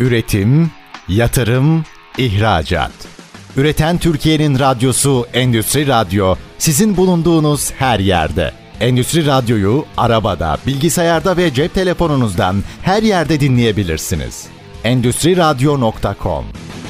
Üretim, yatırım, ihracat. Üreten Türkiye'nin radyosu Endüstri Radyo, sizin bulunduğunuz her yerde. Endüstri Radyo'yu arabada, bilgisayarda ve cep telefonunuzdan her yerde dinleyebilirsiniz. Endüstriradyo.com.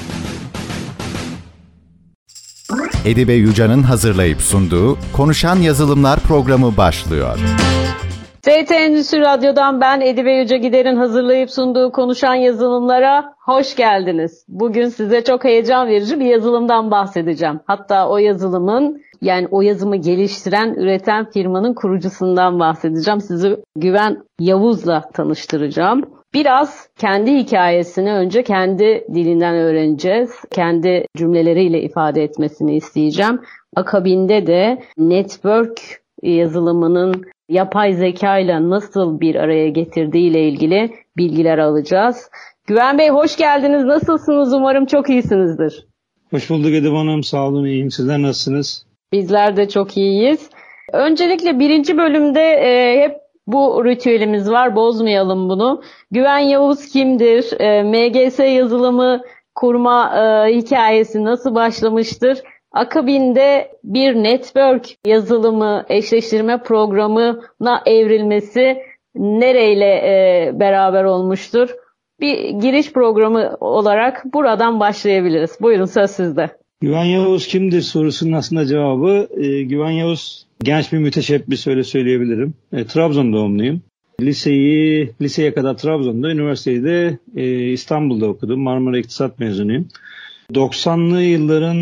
Edibe Yücan'ın hazırlayıp sunduğu Konuşan Yazılımlar programı başlıyor. TRT Endüstri Radyo'dan ben Edibe Yüca Gider'in hazırlayıp sunduğu Konuşan Yazılımlara hoş geldiniz. Bugün size çok heyecan verici bir yazılımdan bahsedeceğim. Hatta o yazılımın, yani o yazımı geliştiren, üreten firmanın kurucusundan bahsedeceğim. Sizi Güven Yavuz'la tanıştıracağım. Biraz kendi hikayesini önce kendi dilinden öğreneceğiz. Kendi cümleleriyle ifade etmesini isteyeceğim. Akabinde de network yazılımının yapay zeka ile nasıl bir araya getirdiği ile ilgili bilgiler alacağız. Güven Bey hoş geldiniz. Nasılsınız? Umarım çok iyisinizdir. Hoş bulduk Edibe Hanım. Sağ olun, iyiyim. Sizler nasılsınız? Bizler de çok iyiyiz. Öncelikle birinci bölümde hep bu ritüelimiz var. Bozmayalım bunu. Güven Yavuz kimdir? MGS yazılımı kurma hikayesi nasıl başlamıştır? Akabinde bir network yazılımı, eşleştirme programına evrilmesi nereyle beraber olmuştur? Bir giriş programı olarak buradan başlayabiliriz. Buyurun, söz sizde. Güven Yavuz kimdir sorusunun aslında cevabı Güven Yavuz genç bir müteşebbis, öyle söyleyebilirim. Trabzon doğumluyum. Liseye kadar Trabzon'da, üniversiteyi de İstanbul'da okudum. Marmara İktisat mezunuyum. 90'lı yılların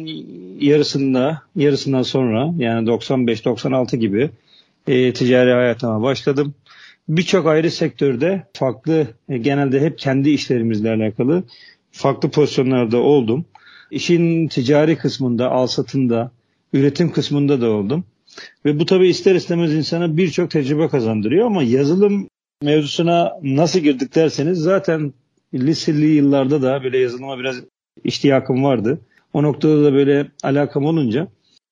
yarısından sonra, yani 95-96 gibi ticari hayatıma başladım. Birçok ayrı sektörde farklı, genelde hep kendi işlerimizle alakalı farklı pozisyonlarda oldum. İşin ticari kısmında, alsatında, üretim kısmında da oldum. Ve bu tabii ister istemez insana birçok tecrübe kazandırıyor, ama yazılım mevzusuna nasıl girdik derseniz, zaten liseli yıllarda da böyle yazılıma biraz iştiyakım vardı. O noktada da böyle alakam olunca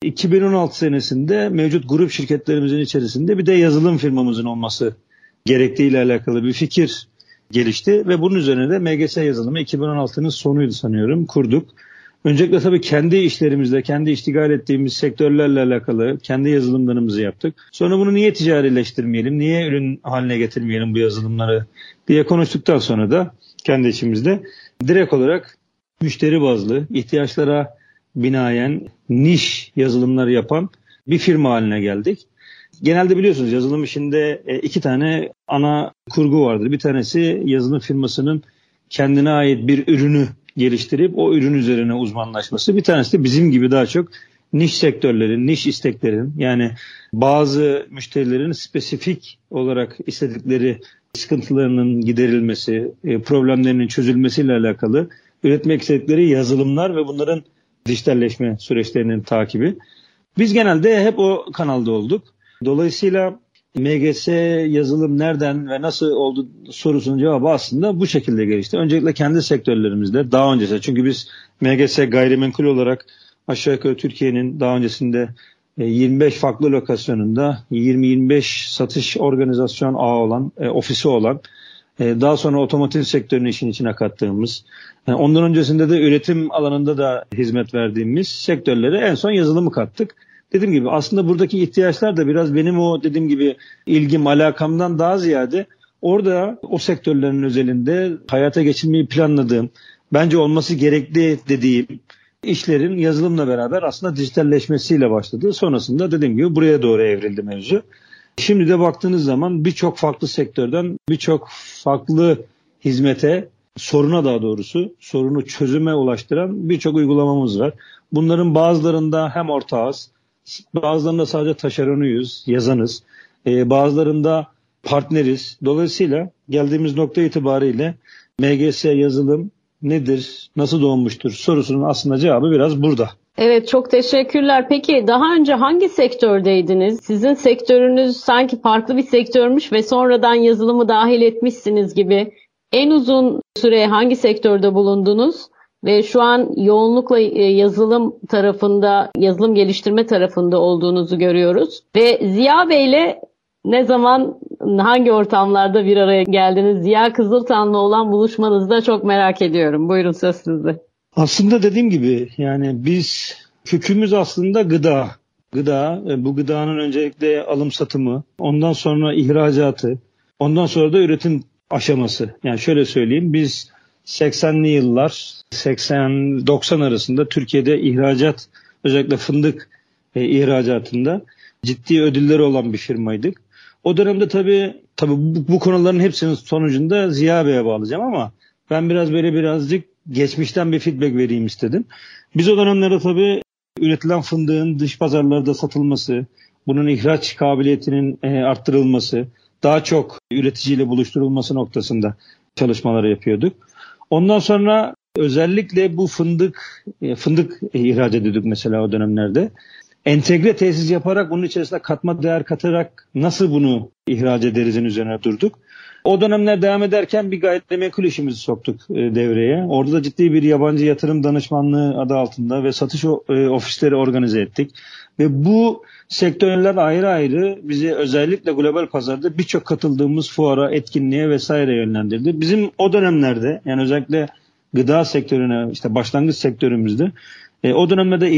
2016 senesinde mevcut grup şirketlerimizin içerisinde bir de yazılım firmamızın olması gerektiğiyle alakalı bir fikir gelişti ve bunun üzerine de MGS yazılımı 2016'nın sonuydu sanıyorum, kurduk. Öncelikle tabii kendi işlerimizle, kendi iştigal ettiğimiz sektörlerle alakalı kendi yazılımlarımızı yaptık. Sonra bunu niye ticarileştirmeyelim, niye ürün haline getirmeyelim bu yazılımları diye konuştuktan sonra da kendi içimizde direkt olarak müşteri bazlı, ihtiyaçlara binaen niş yazılımlar yapan bir firma haline geldik. Genelde biliyorsunuz yazılım işinde iki tane ana kurgu vardır. Bir tanesi yazılım firmasının kendine ait bir ürünü geliştirip o ürün üzerine uzmanlaşması. Bir tanesi de bizim gibi daha çok niş sektörlerin, niş isteklerin, yani bazı müşterilerin spesifik olarak istedikleri sıkıntılarının giderilmesi, problemlerinin çözülmesiyle alakalı üretmek istedikleri yazılımlar ve bunların dijitalleşme süreçlerinin takibi. Biz genelde hep o kanalda olduk. Dolayısıyla MGS yazılım nereden ve nasıl oldu sorusunun cevabı aslında bu şekilde gelişti. Öncelikle kendi sektörlerimizde daha öncesinde, çünkü biz MGS gayrimenkul olarak aşağı yukarı Türkiye'nin daha öncesinde 25 farklı lokasyonunda 20-25 satış organizasyon ağı olan, ofisi olan, daha sonra otomotiv sektörünü işin içine kattığımız, ondan öncesinde de üretim alanında da hizmet verdiğimiz sektörlere en son yazılımı kattık. Dediğim gibi aslında buradaki ihtiyaçlar da biraz benim o dediğim gibi ilgim, alakamdan daha ziyade orada o sektörlerin özelinde hayata geçirmeyi planladığım, bence olması gerekli dediğim işlerin yazılımla beraber aslında dijitalleşmesiyle başladı. Sonrasında dediğim gibi buraya doğru evrildi mevzu. Şimdi de baktığınız zaman birçok farklı sektörden birçok farklı hizmete, sorunu çözüme ulaştıran birçok uygulamamız var. Bunların bazılarında hem ortağız, bazılarında sadece taşeronuyuz, yazanız, bazılarında partneriz. Dolayısıyla geldiğimiz nokta itibariyle MGS yazılım nedir, nasıl doğmuştur sorusunun aslında cevabı biraz burada. Evet, çok teşekkürler. Peki daha önce hangi sektördeydiniz? Sizin sektörünüz sanki farklı bir sektörmüş ve sonradan yazılımı dahil etmişsiniz gibi. En uzun süre hangi sektörde bulundunuz? Ve şu an yoğunlukla yazılım tarafında, yazılım geliştirme tarafında olduğunuzu görüyoruz. Ve Ziya Bey'le Ne zaman, hangi ortamlarda bir araya geldiniz? Ziya Kızıltan'la olan buluşmanızı da çok merak ediyorum. Buyurun, söz sizde. Aslında dediğim gibi yani biz kökümüz aslında gıda. Gıda, bu gıdanın öncelikle alım satımı, ondan sonra ihracatı, ondan sonra da üretim aşaması. Yani şöyle söyleyeyim, biz 80'li yıllar 80-90 arasında Türkiye'de ihracat, özellikle fındık ihracatında ciddi ödülleri olan bir firmaydık. O dönemde tabii bu konuların hepsinin sonucunda Ziya Bey'e bağlayacağım ama ben birazcık geçmişten bir feedback vereyim istedim. Biz o dönemlerde tabii üretilen fındığın dış pazarlarda satılması, bunun ihraç kabiliyetinin arttırılması, daha çok üreticiyle buluşturulması noktasında çalışmaları yapıyorduk. Ondan sonra özellikle bu fındık ihraç ediyorduk mesela o dönemlerde. Entegre tesis yaparak bunun içerisine katma değer katarak nasıl bunu ihraç ederizin üzerine durduk. O dönemler devam ederken bir gayrimenkul işimizi soktuk devreye. Orada da ciddi bir yabancı yatırım danışmanlığı adı altında ve satış ofisleri organize ettik. Ve bu sektörler ayrı ayrı bizi özellikle global pazarda birçok katıldığımız fuara, etkinliğe vesaire yönlendirdi. Bizim o dönemlerde yani özellikle gıda sektörüne, işte başlangıç sektörümüzde o dönemlerde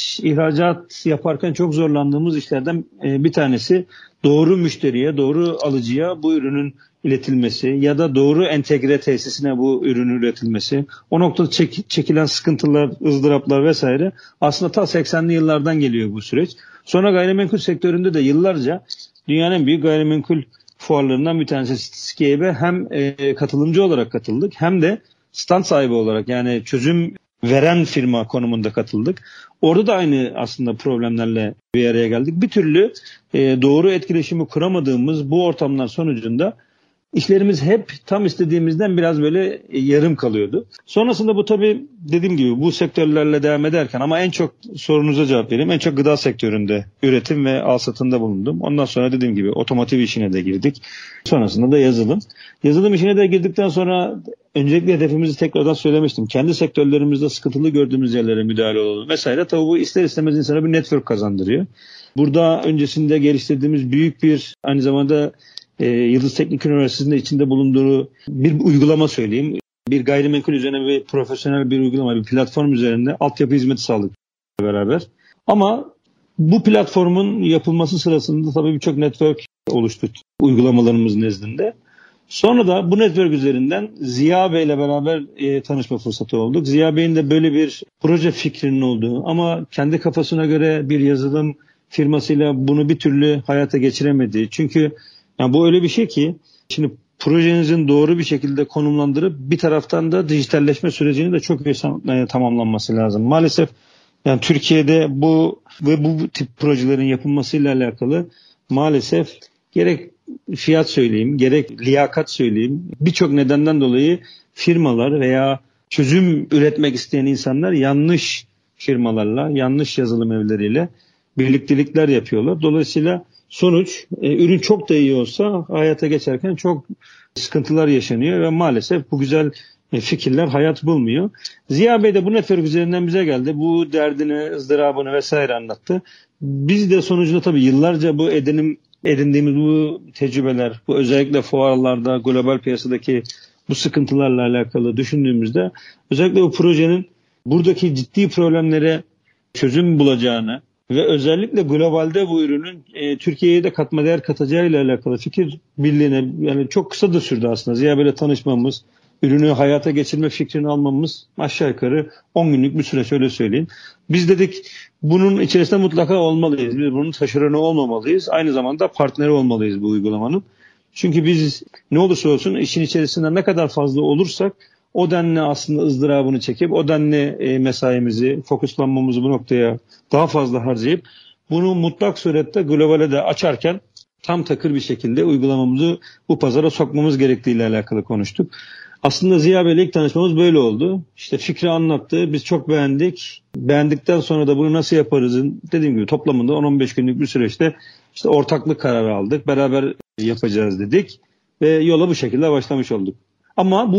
ihracat yaparken çok zorlandığımız işlerden bir tanesi doğru müşteriye, doğru alıcıya bu ürünün iletilmesi ya da doğru entegre tesisine bu ürünün üretilmesi. O noktada çekilen sıkıntılar, ızdıraplar vesaire aslında ta 80'li yıllardan geliyor bu süreç. Sonra gayrimenkul sektöründe de yıllarca dünyanın en büyük gayrimenkul fuarlarından bir tanesi SİKE'ye hem katılımcı olarak katıldık hem de stand sahibi olarak, yani çözüm veren firma konumunda katıldık. Orada da aynı aslında problemlerle bir araya geldik. Bir türlü doğru etkileşimi kuramadığımız bu ortamlar sonucunda işlerimiz hep tam istediğimizden biraz böyle yarım kalıyordu. Sonrasında bu tabii dediğim gibi bu sektörlerle devam ederken ama en çok sorunuza cevap vereyim. En çok gıda sektöründe üretim ve alsatında bulundum. Ondan sonra dediğim gibi otomotiv işine de girdik. Sonrasında da yazılım. Yazılım işine de girdikten sonra öncelikle hedefimizi tekrardan söylemiştim. Kendi sektörlerimizde sıkıntılı gördüğümüz yerlere müdahale olalım vesaire. Tabii bu ister istemez insana bir network kazandırıyor. Burada öncesinde geliştirdiğimiz büyük bir aynı zamanda Yıldız Teknik Üniversitesi'nde içinde bulunduğu bir uygulama söyleyeyim. Bir gayrimenkul üzerine bir profesyonel bir uygulama, bir platform üzerinde altyapı hizmeti sağladık beraber. Ama bu platformun yapılması sırasında tabii birçok network oluştu uygulamalarımız nezdinde. Sonra da bu network üzerinden Ziya Bey ile beraber tanışma fırsatı olduk. Ziya Bey'in de böyle bir proje fikrinin olduğu ama kendi kafasına göre bir yazılım firmasıyla bunu bir türlü hayata geçiremediği. Çünkü yani bu öyle bir şey ki şimdi projenizin doğru bir şekilde konumlandırıp bir taraftan da dijitalleşme sürecinin de çok iyi tamamlanması lazım. Maalesef yani Türkiye'de bu tip projelerin yapılmasıyla alakalı maalesef gerek fiyat söyleyeyim, gerek liyakat söyleyeyim, birçok nedenden dolayı firmalar veya çözüm üretmek isteyen insanlar yanlış firmalarla, yanlış yazılım evleriyle birliktelikler yapıyorlar. Dolayısıyla sonuç ürün çok da iyi olsa hayata geçerken çok sıkıntılar yaşanıyor ve maalesef bu güzel fikirler hayat bulmuyor. Ziya Bey de bu network üzerinden bize geldi. Bu derdini, ızdırabını vesaire anlattı. Biz de sonucunda tabii yıllarca bu edindiğimiz bu tecrübeler, bu özellikle fuarlarda, global piyasadaki bu sıkıntılarla alakalı düşündüğümüzde özellikle bu projenin buradaki ciddi problemlere çözüm bulacağını ve özellikle globalde bu ürünün Türkiye'ye de katma değer katacağıyla alakalı fikir birliğine, yani çok kısa da sürdü aslında. Ziya Bey'le tanışmamız, ürünü hayata geçirme fikrini almamız aşağı yukarı 10 günlük bir süreç, öyle söyleyeyim. Biz dedik bunun içerisinde mutlaka olmalıyız. Biz bunun taşeronu olmamalıyız. Aynı zamanda partneri olmalıyız bu uygulamanın. Çünkü biz ne olursa olsun işin içerisinde ne kadar fazla olursak o denli aslında ızdırabını çekip o denli mesaimizi, fokuslanmamızı bu noktaya daha fazla harcayıp bunu mutlak surette globale de açarken tam takır bir şekilde uygulamamızı bu pazara sokmamız gerektiğiyle alakalı konuştuk. Aslında Ziya Bey'le ilk tanışmamız böyle oldu. İşte fikri anlattı. Biz çok beğendik. Beğendikten sonra da bunu nasıl yaparızın dediğim gibi toplamında 10-15 günlük bir süreçte işte ortaklık kararı aldık. Beraber yapacağız dedik ve yola bu şekilde başlamış olduk. Ama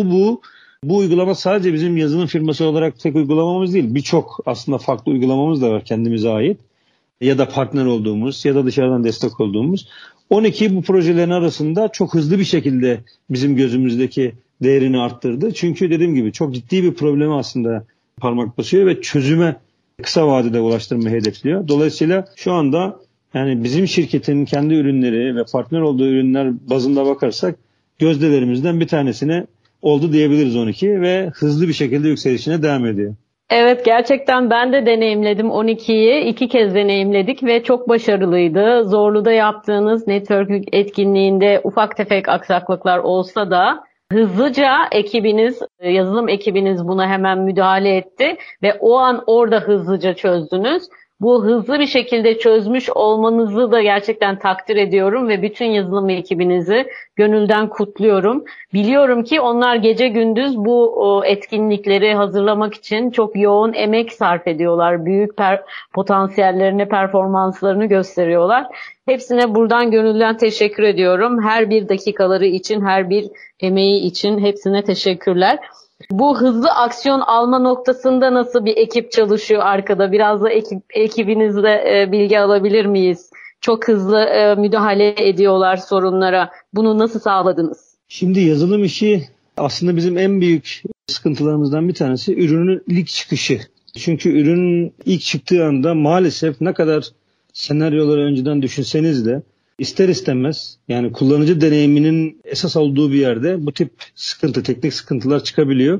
bu uygulama sadece bizim yazılım firması olarak tek uygulamamız değil. Birçok aslında farklı uygulamamız da var kendimize ait. Ya da partner olduğumuz ya da dışarıdan destek olduğumuz. 12 bu projelerin arasında çok hızlı bir şekilde bizim gözümüzdeki değerini arttırdı. Çünkü dediğim gibi çok ciddi bir problemi aslında parmak basıyor ve çözüme kısa vadede ulaştırmayı hedefliyor. Dolayısıyla şu anda yani bizim şirketin kendi ürünleri ve partner olduğu ürünler bazında bakarsak gözdelerimizden bir tanesine oldu diyebiliriz 12 ve hızlı bir şekilde yükselişine devam ediyor. Evet, gerçekten ben de deneyimledim 12'yi. 2 kez deneyimledik ve çok başarılıydı. Zorlu'da yaptığınız network etkinliğinde ufak tefek aksaklıklar olsa da hızlıca yazılım ekibiniz buna hemen müdahale etti ve o an orada hızlıca çözdünüz. Bu hızlı bir şekilde çözmüş olmanızı da gerçekten takdir ediyorum ve bütün yazılım ekibinizi gönülden kutluyorum. Biliyorum ki onlar gece gündüz bu etkinlikleri hazırlamak için çok yoğun emek sarf ediyorlar. Büyük potansiyellerini, performanslarını gösteriyorlar. Hepsine buradan gönülden teşekkür ediyorum. Her bir dakikaları için, her bir emeği için hepsine teşekkürler. Bu hızlı aksiyon alma noktasında nasıl bir ekip çalışıyor arkada? Biraz da ekibinizle bilgi alabilir miyiz? Çok hızlı müdahale ediyorlar sorunlara. Bunu nasıl sağladınız? Şimdi yazılım işi aslında bizim en büyük sıkıntılarımızdan bir tanesi ürünün ilk çıkışı. Çünkü ürünün ilk çıktığı anda maalesef ne kadar senaryoları önceden düşünseniz de ister istemez yani kullanıcı deneyiminin esas olduğu bir yerde bu tip teknik sıkıntılar çıkabiliyor.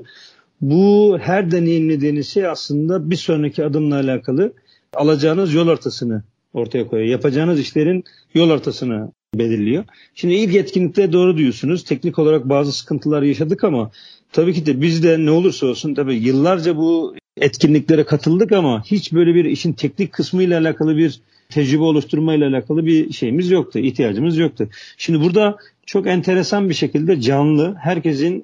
Bu her deneyimlediğiniz şey aslında bir sonraki adımla alakalı alacağınız yol haritasını ortaya koyuyor. Yapacağınız işlerin yol haritasını belirliyor. Şimdi ilk etkinlikte doğru diyorsunuz. Teknik olarak bazı sıkıntılar yaşadık ama tabii ki de biz de ne olursa olsun tabii yıllarca bu etkinliklere katıldık ama hiç böyle bir işin teknik kısmıyla alakalı bir tecrübe oluşturmayla alakalı bir şeyimiz yoktu, ihtiyacımız yoktu. Şimdi burada çok enteresan bir şekilde canlı, herkesin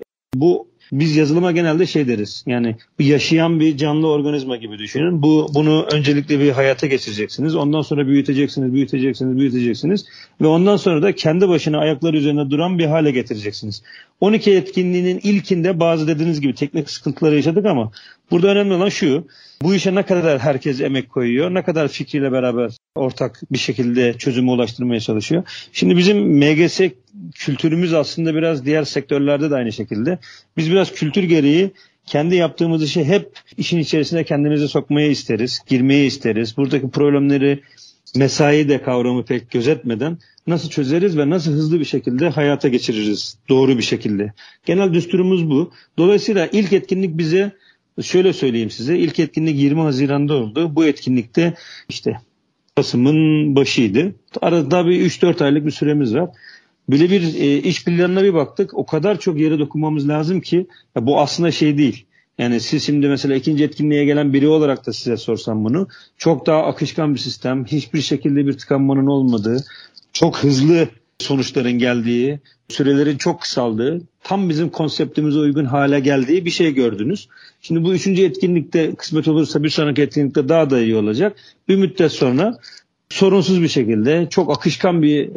biz yazılıma genelde şey deriz. Yani bir yaşayan bir canlı organizma gibi düşünün. Bunu öncelikle bir hayata geçireceksiniz. Ondan sonra büyüteceksiniz ve ondan sonra da kendi başına ayakları üzerinde duran bir hale getireceksiniz. 12 etkinliğinin ilkinde bazı dediğiniz gibi teknik sıkıntıları yaşadık ama burada önemli olan şu. Bu işe ne kadar herkes emek koyuyor, ne kadar fikriyle beraber ortak bir şekilde çözüme ulaştırmaya çalışıyor. Şimdi bizim MGS kültürümüz aslında biraz diğer sektörlerde de aynı şekilde. Biz biraz kültür gereği kendi yaptığımız işi hep işin içerisine kendimizi sokmayı isteriz, girmeyi isteriz. Buradaki problemleri mesai de kavramı pek gözetmeden nasıl çözeriz ve nasıl hızlı bir şekilde hayata geçiririz doğru bir şekilde. Genel düsturumuz bu. Dolayısıyla ilk etkinlik bize şöyle söyleyeyim size. İlk etkinlik 20 Haziran'da oldu. Bu etkinlikte işte Kasım'ın başıydı. Arada bir 3-4 aylık bir süremiz var. Böyle bir iş planına bir baktık. O kadar çok yere dokunmamız lazım ki bu aslında şey değil. Yani siz şimdi mesela ikinci etkinliğe gelen biri olarak da size sorsam bunu. Çok daha akışkan bir sistem. Hiçbir şekilde bir tıkanmanın olmadığı, çok hızlı sonuçların geldiği, sürelerin çok kısaldığı, tam bizim konseptimize uygun hale geldiği bir şey gördünüz. Şimdi bu 3. etkinlikte kısmet olursa bir sonraki etkinlikte daha da iyi olacak. Bir müddet sonra sorunsuz bir şekilde çok akışkan bir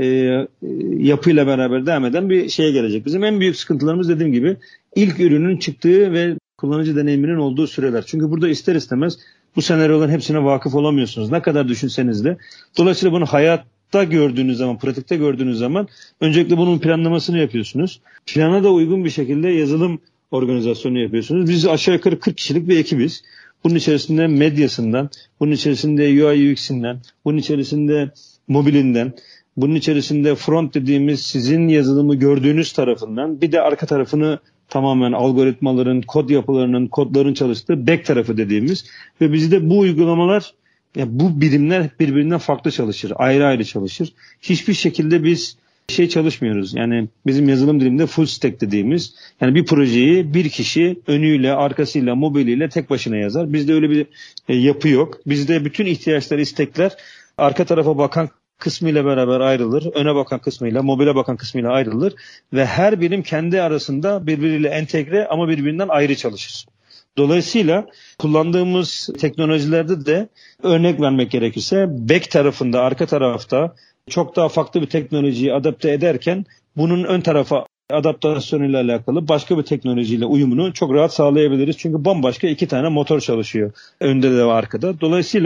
yapıyla beraber devam eden bir şeye gelecek. Bizim en büyük sıkıntılarımız dediğim gibi ilk ürünün çıktığı ve kullanıcı deneyiminin olduğu süreler. Çünkü burada ister istemez bu senaryoların hepsine vakıf olamıyorsunuz. Ne kadar düşünseniz de. Dolayısıyla bunu hayatta gördüğünüz zaman, pratikte gördüğünüz zaman öncelikle bunun planlamasını yapıyorsunuz. Plana da uygun bir şekilde yazılım organizasyonu yapıyorsunuz. Biz aşağı yukarı 40 kişilik bir ekibiz. Bunun içerisinde medyasından, bunun içerisinde UI UX'inden, bunun içerisinde mobilinden, bunun içerisinde front dediğimiz sizin yazılımı gördüğünüz tarafından, bir de arka tarafını tamamen algoritmaların, kod yapılarının, kodların çalıştığı back tarafı dediğimiz ve bizde bu uygulamalar, bu birimler birbirinden farklı çalışır, ayrı ayrı çalışır. Hiçbir şekilde biz çalışmıyoruz. Yani bizim yazılım diliminde full stack dediğimiz, yani bir projeyi bir kişi önüyle, arkasıyla, mobiliyle tek başına yazar. Bizde öyle bir yapı yok. Bizde bütün ihtiyaçlar, istekler arka tarafa bakan kısmıyla beraber ayrılır. Öne bakan kısmıyla, mobile bakan kısmıyla ayrılır ve her birim kendi arasında birbiriyle entegre ama birbirinden ayrı çalışır. Dolayısıyla kullandığımız teknolojilerde de örnek vermek gerekirse back tarafında, arka tarafta çok daha farklı bir teknolojiyi adapte ederken bunun ön tarafa adaptasyonuyla alakalı başka bir teknolojiyle uyumunu çok rahat sağlayabiliriz. Çünkü bambaşka 2 tane motor çalışıyor. Önde de ve arkada. Dolayısıyla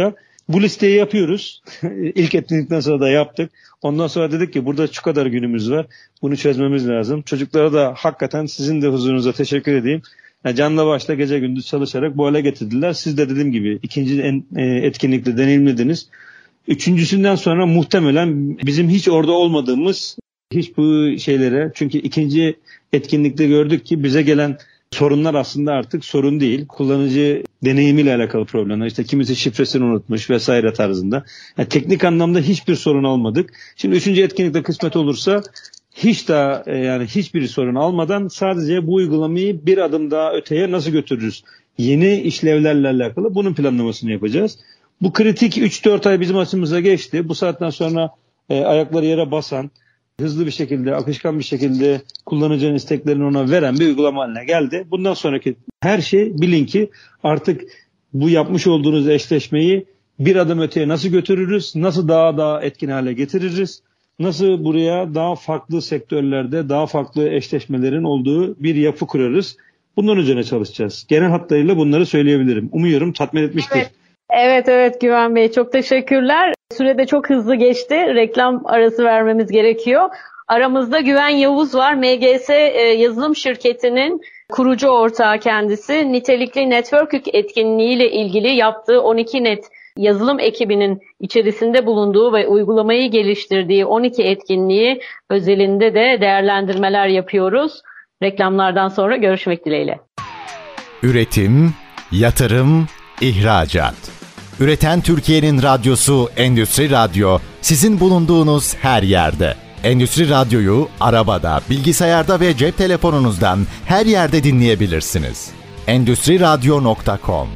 Bu listeyi yapıyoruz. İlk etkinlikten sonra da yaptık. Ondan sonra dedik ki burada şu kadar günümüz var. Bunu çözmemiz lazım. Çocuklara da hakikaten sizin de huzurunuza teşekkür edeyim. Yani canla başla gece gündüz çalışarak bu hale getirdiler. Siz de dediğim gibi ikinci etkinlikte deneyimlediniz. Üçüncüsünden sonra muhtemelen bizim hiç orada olmadığımız hiç bu şeylere, çünkü ikinci etkinlikte gördük ki bize gelen sorunlar aslında artık sorun değil. Kullanıcı deneyimiyle alakalı problemler. İşte kimisi şifresini unutmuş vesaire tarzında. Yani teknik anlamda hiçbir sorun almadık. Şimdi üçüncü etkinlikte kısmet olursa yani hiçbir sorun almadan sadece bu uygulamayı bir adım daha öteye nasıl götürürüz? Yeni işlevlerle alakalı bunun planlamasını yapacağız. Bu kritik 3-4 ay bizim açımıza geçti. Bu saatten sonra ayakları yere basan, hızlı bir şekilde, akışkan bir şekilde kullanıcının isteklerini ona veren bir uygulama haline geldi. Bundan sonraki her şey bilin ki artık bu yapmış olduğunuz eşleşmeyi bir adım öteye nasıl götürürüz, nasıl daha etkin hale getiririz, nasıl buraya daha farklı sektörlerde daha farklı eşleşmelerin olduğu bir yapı kurarız. Bunların üzerine çalışacağız. Genel hatlarıyla bunları söyleyebilirim. Umuyorum tatmin etmiştir. Evet Güven Bey, çok teşekkürler. Sürede çok hızlı geçti. Reklam arası vermemiz gerekiyor. Aramızda Güven Yavuz var. MGS yazılım şirketinin kurucu ortağı kendisi. Nitelikli networking etkinliğiyle ilgili yaptığı 12 Net yazılım ekibinin içerisinde bulunduğu ve uygulamayı geliştirdiği 12 etkinliği özelinde de değerlendirmeler yapıyoruz. Reklamlardan sonra görüşmek dileğiyle. Üretim, yatırım, ihracat. Üreten Türkiye'nin radyosu Endüstri Radyo, sizin bulunduğunuz her yerde. Endüstri Radyo'yu arabada, bilgisayarda ve cep telefonunuzdan her yerde dinleyebilirsiniz. Endüstriradyo.com.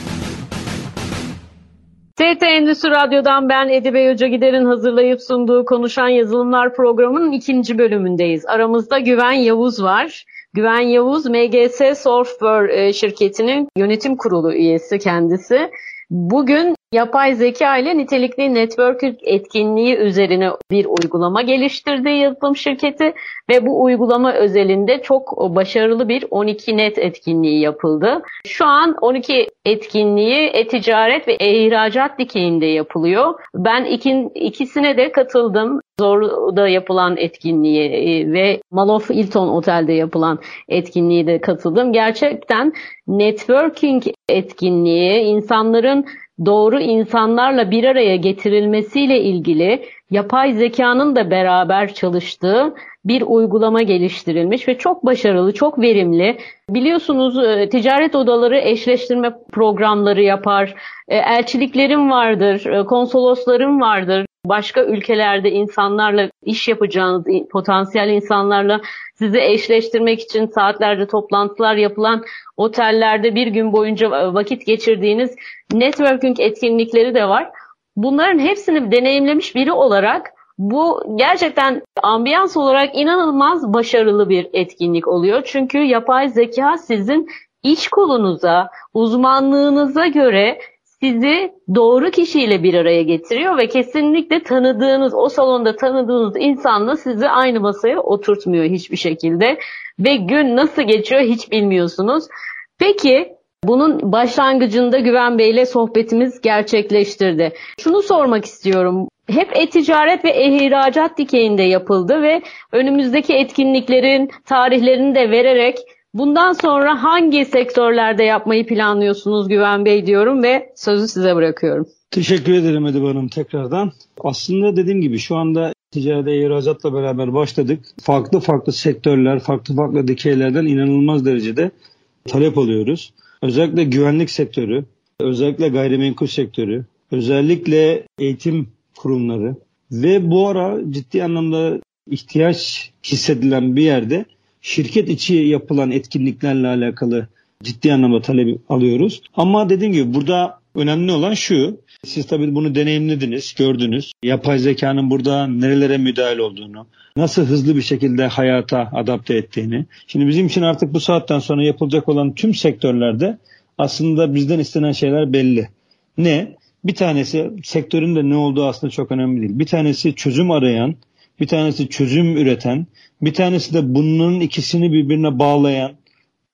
TRT Endüstri Radyo'dan ben Edibe Hoca Gider'in hazırlayıp sunduğu Konuşan Yazılımlar programının 2. bölümündeyiz. Aramızda Güven Yavuz var. Güven Yavuz, MGS Software şirketinin yönetim kurulu üyesi kendisi. Bugün yapay zeka ile nitelikli networking etkinliği üzerine bir uygulama geliştirdi yazılım şirketi ve bu uygulama özelinde çok başarılı bir 12 Net etkinliği yapıldı. Şu an 12 etkinliği e-ticaret ve ihracat dikeyinde yapılıyor. Ben ikisine de katıldım. Zorlu'da yapılan etkinliğe ve Malof Hilton Otel'de yapılan etkinliğe de katıldım. Gerçekten networking etkinliği insanların doğru insanlarla bir araya getirilmesiyle ilgili yapay zekanın da beraber çalıştığı bir uygulama geliştirilmiş ve çok başarılı, çok verimli. Biliyorsunuz ticaret odaları eşleştirme programları yapar, elçiliklerim vardır, konsoloslarım vardır. Başka ülkelerde insanlarla iş yapacağınız potansiyel insanlarla sizi eşleştirmek için saatlerce toplantılar yapılan otellerde bir gün boyunca vakit geçirdiğiniz networking etkinlikleri de var. Bunların hepsini deneyimlemiş biri olarak bu gerçekten ambiyans olarak inanılmaz başarılı bir etkinlik oluyor. Çünkü yapay zeka sizin iş kolunuza, uzmanlığınıza göre sizi doğru kişiyle bir araya getiriyor ve kesinlikle tanıdığınız, o salonda tanıdığınız insanla sizi aynı masaya oturtmuyor hiçbir şekilde. Ve gün nasıl geçiyor hiç bilmiyorsunuz. Peki bunun başlangıcında Güven Bey ile sohbetimiz gerçekleştirdi. Şunu sormak istiyorum. Hep e-ticaret ve ihracat dikeyinde yapıldı ve önümüzdeki etkinliklerin tarihlerini de vererek bundan sonra hangi sektörlerde yapmayı planlıyorsunuz Güven Bey diyorum ve sözü size bırakıyorum. Teşekkür ederim Edibe Hanım tekrardan. Aslında dediğim gibi şu anda ticarete ihracatla beraber başladık. Farklı sektörler, farklı dikeylerden inanılmaz derecede talep alıyoruz. Özellikle güvenlik sektörü, özellikle gayrimenkul sektörü, özellikle eğitim kurumları ve bu ara ciddi anlamda ihtiyaç hissedilen bir yerde şirket içi yapılan etkinliklerle alakalı ciddi anlamda talep alıyoruz. Ama dediğim gibi burada önemli olan şu, siz tabii bunu deneyimlediniz, gördünüz. Yapay zekanın burada nerelere müdahil olduğunu, nasıl hızlı bir şekilde hayata adapte ettiğini. Şimdi bizim için artık bu saatten sonra yapılacak olan tüm sektörlerde aslında bizden istenen şeyler belli. Ne? Bir tanesi sektörün de ne olduğu aslında çok önemli değil. Bir tanesi çözüm arayan, bir tanesi çözüm üreten, bir tanesi de bunların ikisini birbirine bağlayan,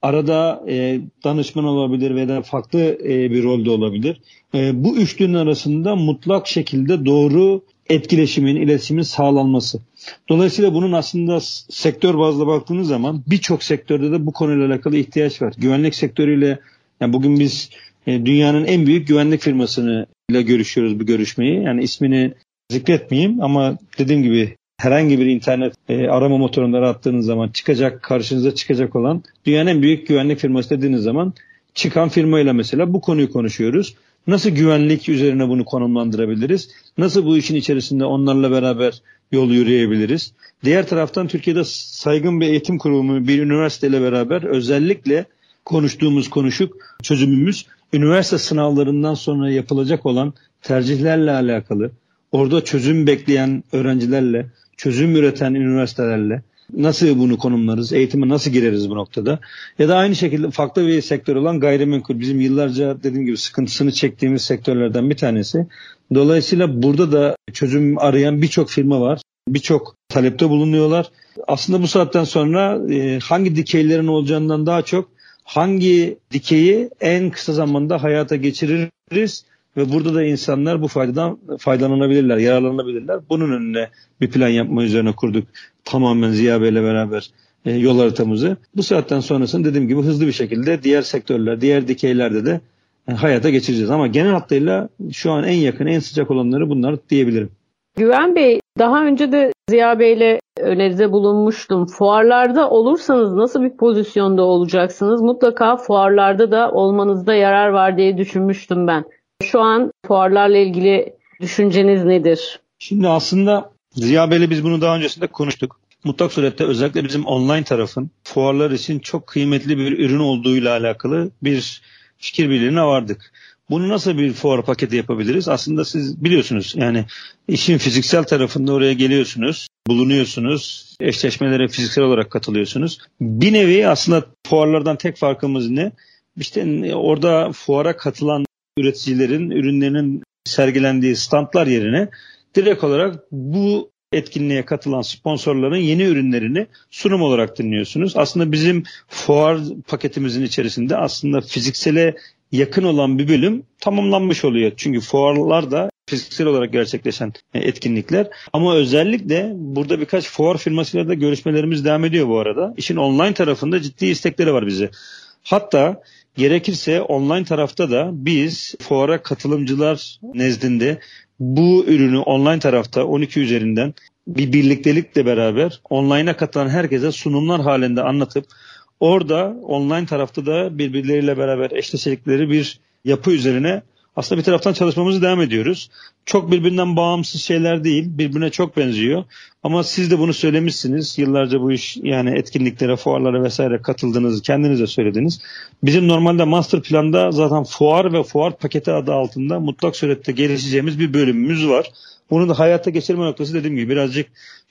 Arada danışman olabilir veya farklı bir rolde olabilir. Bu üçlünün arasında mutlak şekilde doğru etkileşimin, iletişimin sağlanması. Dolayısıyla bunun aslında sektör bazlı baktığınız zaman birçok sektörde de bu konuyla alakalı ihtiyaç var. Güvenlik sektörüyle, yani bugün biz dünyanın en büyük güvenlik firmasıyla görüşüyoruz bu görüşmeyi. Yani ismini zikretmeyeyim ama dediğim gibi herhangi bir internet arama motorunda arattığınız zaman karşınıza çıkacak olan dünyanın en büyük güvenlik firması dediğiniz zaman çıkan firmayla mesela bu konuyu konuşuyoruz. Nasıl güvenlik üzerine bunu konumlandırabiliriz? Nasıl bu işin içerisinde onlarla beraber yol yürüyebiliriz? Diğer taraftan Türkiye'de saygın bir eğitim kurumu, bir üniversiteyle beraber özellikle konuştuğumuz çözümümüz üniversite sınavlarından sonra yapılacak olan tercihlerle alakalı. Orada çözüm bekleyen öğrencilerle, çözüm üreten üniversitelerle nasıl bunu konumlarız, eğitime nasıl gireriz bu noktada? Ya da aynı şekilde farklı bir sektör olan gayrimenkul. Bizim yıllarca dediğim gibi sıkıntısını çektiğimiz sektörlerden bir tanesi. Dolayısıyla burada da çözüm arayan birçok firma var. Birçok talepte bulunuyorlar. Aslında bu saatten sonra hangi dikeylerin olacağından daha çok hangi dikeyi en kısa zamanda hayata geçiririz ve burada da insanlar bu faydadan faydalanabilirler, yararlanabilirler. Bunun önüne bir plan yapma üzerine kurduk. Tamamen Ziya Bey'le beraber yol haritamızı. Bu saatten sonrasını dediğim gibi hızlı bir şekilde diğer sektörler, diğer dikeylerde de hayata geçireceğiz. Ama genel hatlarıyla şu an en yakın, en sıcak olanları bunlar diyebilirim. Güven Bey, daha önce de Ziya Bey'le öneride bulunmuştum. Fuarlarda olursanız nasıl bir pozisyonda olacaksınız? Mutlaka fuarlarda da olmanızda yarar var diye düşünmüştüm ben. Şu an fuarlarla ilgili düşünceniz nedir? Şimdi aslında Ziya Bey'le biz bunu daha öncesinde konuştuk. Mutlak surette özellikle bizim online tarafın fuarlar için çok kıymetli bir ürün olduğuyla alakalı bir fikir birliğine vardık. Bunu nasıl bir fuar paketi yapabiliriz? Aslında siz biliyorsunuz, yani işin fiziksel tarafında oraya geliyorsunuz, bulunuyorsunuz, eşleşmelere fiziksel olarak katılıyorsunuz. Bir nevi aslında fuarlardan tek farkımız ne? İşte orada fuara katılan üreticilerin ürünlerinin sergilendiği standlar yerine direkt olarak bu etkinliğe katılan sponsorların yeni ürünlerini sunum olarak dinliyorsunuz. Aslında bizim fuar paketimizin içerisinde aslında fiziksele yakın olan bir bölüm tamamlanmış oluyor. Çünkü fuarlar da fiziksel olarak gerçekleşen etkinlikler. Ama özellikle burada birkaç fuar firmasıyla da görüşmelerimiz devam ediyor bu arada. İşin online tarafında ciddi istekleri var bize. Hatta gerekirse online tarafta da biz fuara katılımcılar nezdinde bu ürünü online tarafta 12 üzerinden bir birliktelikle beraber online'a katılan herkese sunumlar halinde anlatıp orada online tarafta da birbirleriyle beraber eşleşecekleri bir yapı üzerine aslında bir taraftan çalışmamızı devam ediyoruz. Çok birbirinden bağımsız şeyler değil, birbirine çok benziyor. Ama siz de bunu söylemişsiniz. Yıllarca bu iş, yani etkinliklere, fuarlara vesaire katıldığınızı kendiniz de söylediniz. Bizim normalde master planda zaten fuar ve fuar paketi adı altında mutlak surette gelişeceğimiz bir bölümümüz var. Bunu da hayata geçirme noktası dediğim gibi birazcık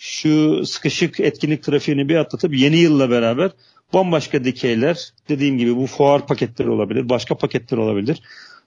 şu sıkışık etkinlik trafiğini bir atlatıp yeni yılla beraber bambaşka dikeyler, dediğim gibi bu fuar paketleri olabilir, başka paketler olabilir.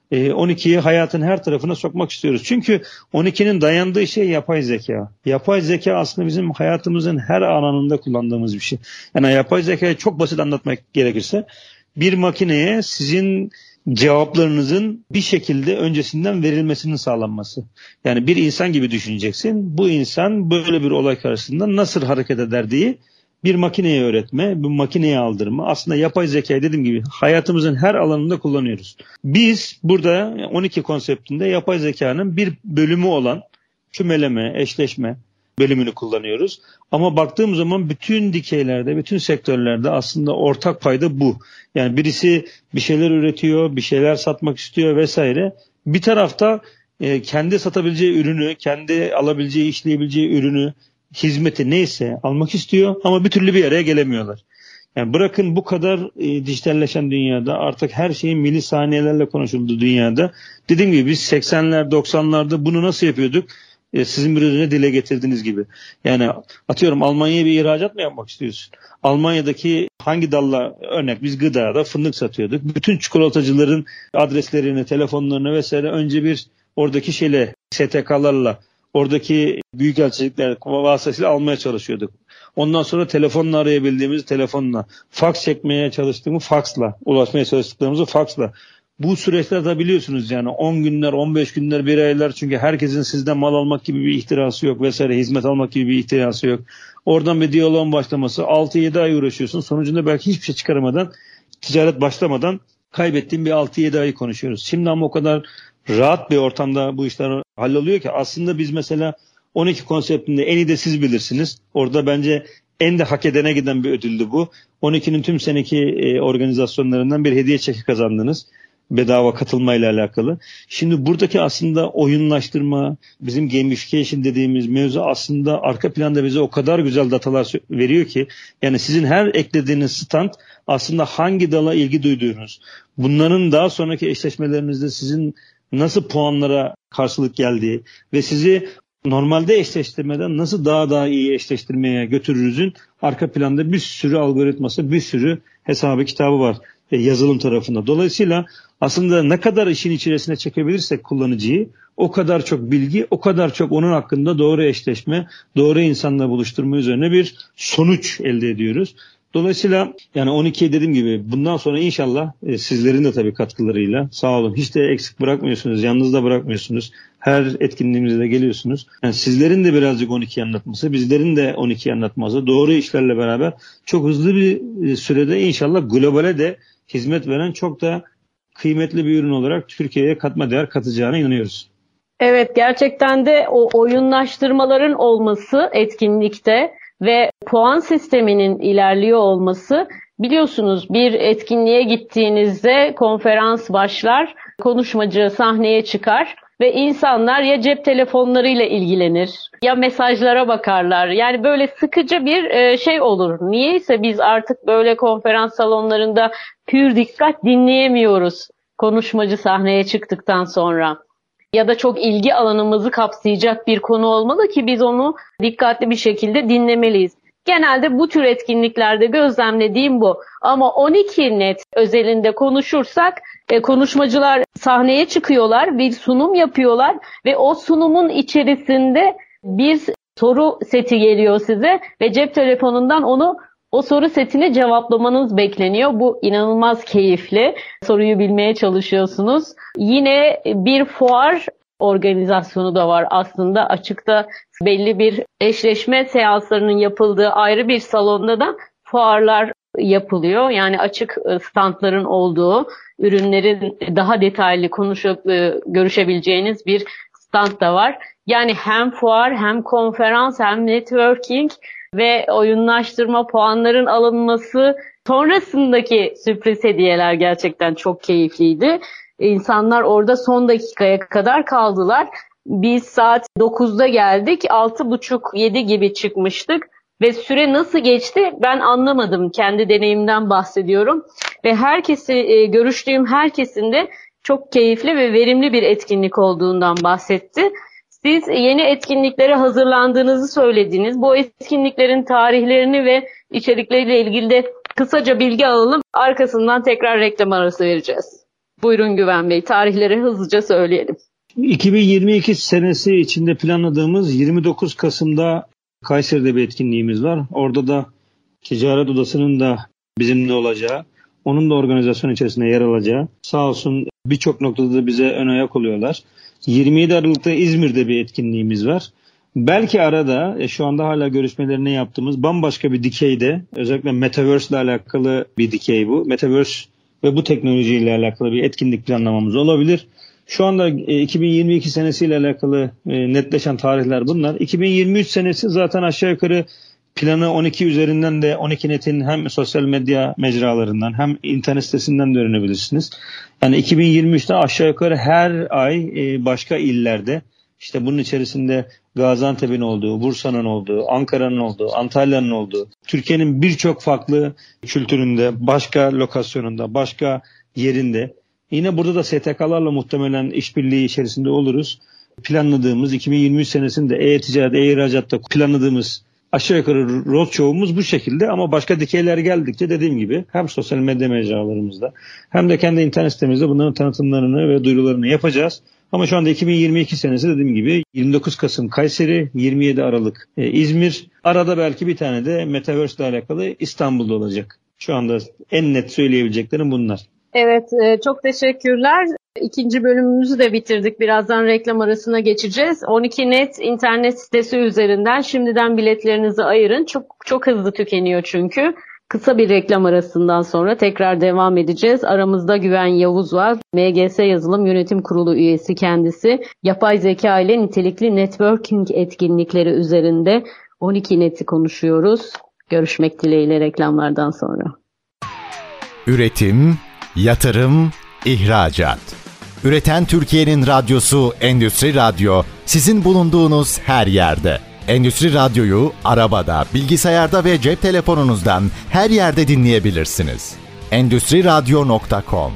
12'yi hayatın her tarafına sokmak istiyoruz. Çünkü 12'nin dayandığı şey yapay zeka. Yapay zeka aslında bizim hayatımızın her alanında kullandığımız bir şey. Yani yapay zekayı çok basit anlatmak gerekirse bir makineye sizin cevaplarınızın bir şekilde öncesinden verilmesinin sağlanması. Yani bir insan gibi düşüneceksin. Bu insan böyle bir olay karşısında nasıl hareket eder diye bir makineye öğretme, bir makineye aldırma. Aslında yapay zekayı dediğim gibi hayatımızın her alanında kullanıyoruz. Biz burada 12 konseptinde yapay zekanın bir bölümü olan kümeleme, eşleşme bölümünü kullanıyoruz. Ama baktığım zaman bütün dikeylerde, bütün sektörlerde aslında ortak payda bu. Yani birisi bir şeyler üretiyor, bir şeyler satmak istiyor vesaire. Bir tarafta kendi satabileceği ürünü, kendi alabileceği, işleyebileceği ürünü, hizmeti neyse almak istiyor ama bir türlü bir araya gelemiyorlar. Yani bırakın bu kadar dijitalleşen dünyada artık her şeyin milisaniyelerle konuşulduğu dünyada. Dediğim gibi biz 80'ler 90'larda bunu nasıl yapıyorduk? Sizin bir önüne dile getirdiğiniz gibi. Yani atıyorum Almanya'ya bir ihracat mı yapmak istiyorsun? Almanya'daki hangi dalla, örnek biz gıdada fındık satıyorduk. Bütün çikolatacıların adreslerini, telefonlarını vesaire önce bir oradaki STK'larla oradaki büyükelçilikler vasıtasıyla almaya çalışıyorduk. Ondan sonra telefonla arayabildiğimiz telefonla, faks çekmeye çalıştığımız faksla, ulaşmaya çalıştıklarımızı faksla. Bu süreçlerde biliyorsunuz yani 10 günler, 15 günler, 1 aylar, çünkü herkesin sizden mal almak gibi bir ihtirası yok vesaire, hizmet almak gibi bir ihtirası yok. Oradan bir diyaloğun başlaması, 6-7 ay uğraşıyorsun. Sonucunda belki hiçbir şey çıkaramadan, ticaret başlamadan kaybettiğim bir 6-7 ayı konuşuyoruz. Şimdi ama o kadar rahat bir ortamda bu işler halloluyor ki aslında biz mesela 12 konseptinde en iyi de siz bilirsiniz. Orada bence en de hak edene giden bir ödüldü bu. 12'nin tüm seneki organizasyonlarından bir hediye çeki kazandınız. Bedava katılmayla alakalı. Şimdi buradaki aslında oyunlaştırma, bizim gamification dediğimiz mevzu aslında arka planda bize o kadar güzel datalar veriyor ki, yani sizin her eklediğiniz stand aslında hangi dala ilgi duyduğunuz, bunların daha sonraki eşleşmelerinizde sizin nasıl puanlara karşılık geldiği ve sizi normalde eşleştirmeden nasıl daha iyi eşleştirmeye götürürüzün arka planda bir sürü algoritması, bir sürü hesabı kitabı var yazılım tarafında. Dolayısıyla aslında ne kadar işin içerisine çekebilirsek kullanıcıyı, o kadar çok bilgi, o kadar çok onun hakkında doğru eşleşme, doğru insanla buluşturma üzerine bir sonuç elde ediyoruz. Dolayısıyla yani 12'ye dediğim gibi bundan sonra inşallah sizlerin de tabii katkılarıyla, sağ olun, hiç de eksik bırakmıyorsunuz, yalnız da bırakmıyorsunuz. Her etkinliğimize de geliyorsunuz. Yani sizlerin de birazcık 12'yi anlatması, bizlerin de 12'yi anlatması, doğru işlerle beraber çok hızlı bir sürede inşallah globale de hizmet veren çok da kıymetli bir ürün olarak Türkiye'ye katma değer katacağına inanıyoruz. Evet, gerçekten de o oyunlaştırmaların olması etkinlikte ve puan sisteminin ilerliyor olması, biliyorsunuz bir etkinliğe gittiğinizde konferans başlar, konuşmacı sahneye çıkar ve insanlar ya cep telefonlarıyla ilgilenir ya mesajlara bakarlar. Yani böyle sıkıcı bir şey olur. Niyeyse biz artık böyle konferans salonlarında pür dikkat dinleyemiyoruz konuşmacı sahneye çıktıktan sonra. Ya da çok ilgi alanımızı kapsayacak bir konu olmalı ki biz onu dikkatli bir şekilde dinlemeliyiz. Genelde bu tür etkinliklerde gözlemlediğim bu. Ama 12 net özelinde konuşursak konuşmacılar sahneye çıkıyorlar, bir sunum yapıyorlar ve o sunumun içerisinde bir soru seti geliyor size ve cep telefonundan o soru setini cevaplamanız bekleniyor. Bu inanılmaz keyifli. Soruyu bilmeye çalışıyorsunuz. Yine bir fuar organizasyonu da var aslında. Açıkta belli bir eşleşme seanslarının yapıldığı ayrı bir salonda da fuarlar yapılıyor. Yani açık standların olduğu, ürünlerin daha detaylı konuşup görüşebileceğiniz bir stand da var. Yani hem fuar, hem konferans, hem networking ve oyunlaştırma, puanların alınması, sonrasındaki sürpriz hediyeler gerçekten çok keyifliydi. İnsanlar orada son dakikaya kadar kaldılar. Biz saat 9'da geldik, 6.30-7 gibi çıkmıştık ve süre nasıl geçti ben anlamadım. Kendi deneyimden bahsediyorum ve görüştüğüm herkesin de çok keyifli ve verimli bir etkinlik olduğundan bahsetti. Siz yeni etkinliklere hazırlandığınızı söylediniz. Bu etkinliklerin tarihlerini ve içerikleriyle ilgili de kısaca bilgi alalım. Arkasından tekrar reklam arası vereceğiz. Buyurun Güven Bey, tarihleri hızlıca söyleyelim. 2022 senesi içinde planladığımız 29 Kasım'da Kayseri'de bir etkinliğimiz var. Orada da Ticaret Odası'nın da bizimle olacağı, onun da organizasyon içerisinde yer alacağı, sağ olsun birçok noktada da bize ön ayak oluyorlar. 27 Aralık'ta İzmir'de bir etkinliğimiz var. Belki arada şu anda hala görüşmelerini yaptığımız bambaşka bir dikeyde, özellikle Metaverse ile alakalı bir dikey bu. Metaverse ve bu teknolojiyle alakalı bir etkinlik planlamamız olabilir. Şu anda 2022 senesiyle alakalı netleşen tarihler bunlar. 2023 senesi zaten aşağı yukarı planı 12 üzerinden de 12 Net'in hem sosyal medya mecralarından hem internet sitesinden de öğrenebilirsiniz. Yani 2023'te aşağı yukarı her ay başka illerde, işte bunun içerisinde Gaziantep'in olduğu, Bursa'nın olduğu, Ankara'nın olduğu, Antalya'nın olduğu, Türkiye'nin birçok farklı kültüründe, başka lokasyonunda, başka yerinde. Yine burada da STK'larla muhtemelen işbirliği içerisinde oluruz. Planladığımız 2023 senesinde e-ticaret, e-ihracatta planladığımız aşağı yukarı roadshow'umuz bu şekilde, ama başka dikeyler geldikçe dediğim gibi hem sosyal medya mecralarımızda hem de kendi internet sitemizde bunların tanıtımlarını ve duyurularını yapacağız. Ama şu anda 2022 senesi dediğim gibi 29 Kasım Kayseri, 27 Aralık İzmir. Arada belki bir tane de Metaverse ile alakalı İstanbul'da olacak. Şu anda en net söyleyebileceklerim bunlar. Evet, çok teşekkürler. İkinci bölümümüzü de bitirdik. Birazdan reklam arasına geçeceğiz. 12net internet sitesi üzerinden şimdiden biletlerinizi ayırın. Çok hızlı tükeniyor çünkü. Kısa bir reklam arasından sonra tekrar devam edeceğiz. Aramızda Güven Yavuz var. MGS Yazılım Yönetim Kurulu üyesi kendisi. Yapay zeka ile nitelikli networking etkinlikleri üzerinde 12net'i konuşuyoruz. Görüşmek dileğiyle reklamlardan sonra. Üretim, yatırım, ihracat. Üreten Türkiye'nin radyosu Endüstri Radyo, sizin bulunduğunuz her yerde. Endüstri Radyo'yu arabada, bilgisayarda ve cep telefonunuzdan her yerde dinleyebilirsiniz. Endüstriradyo.com.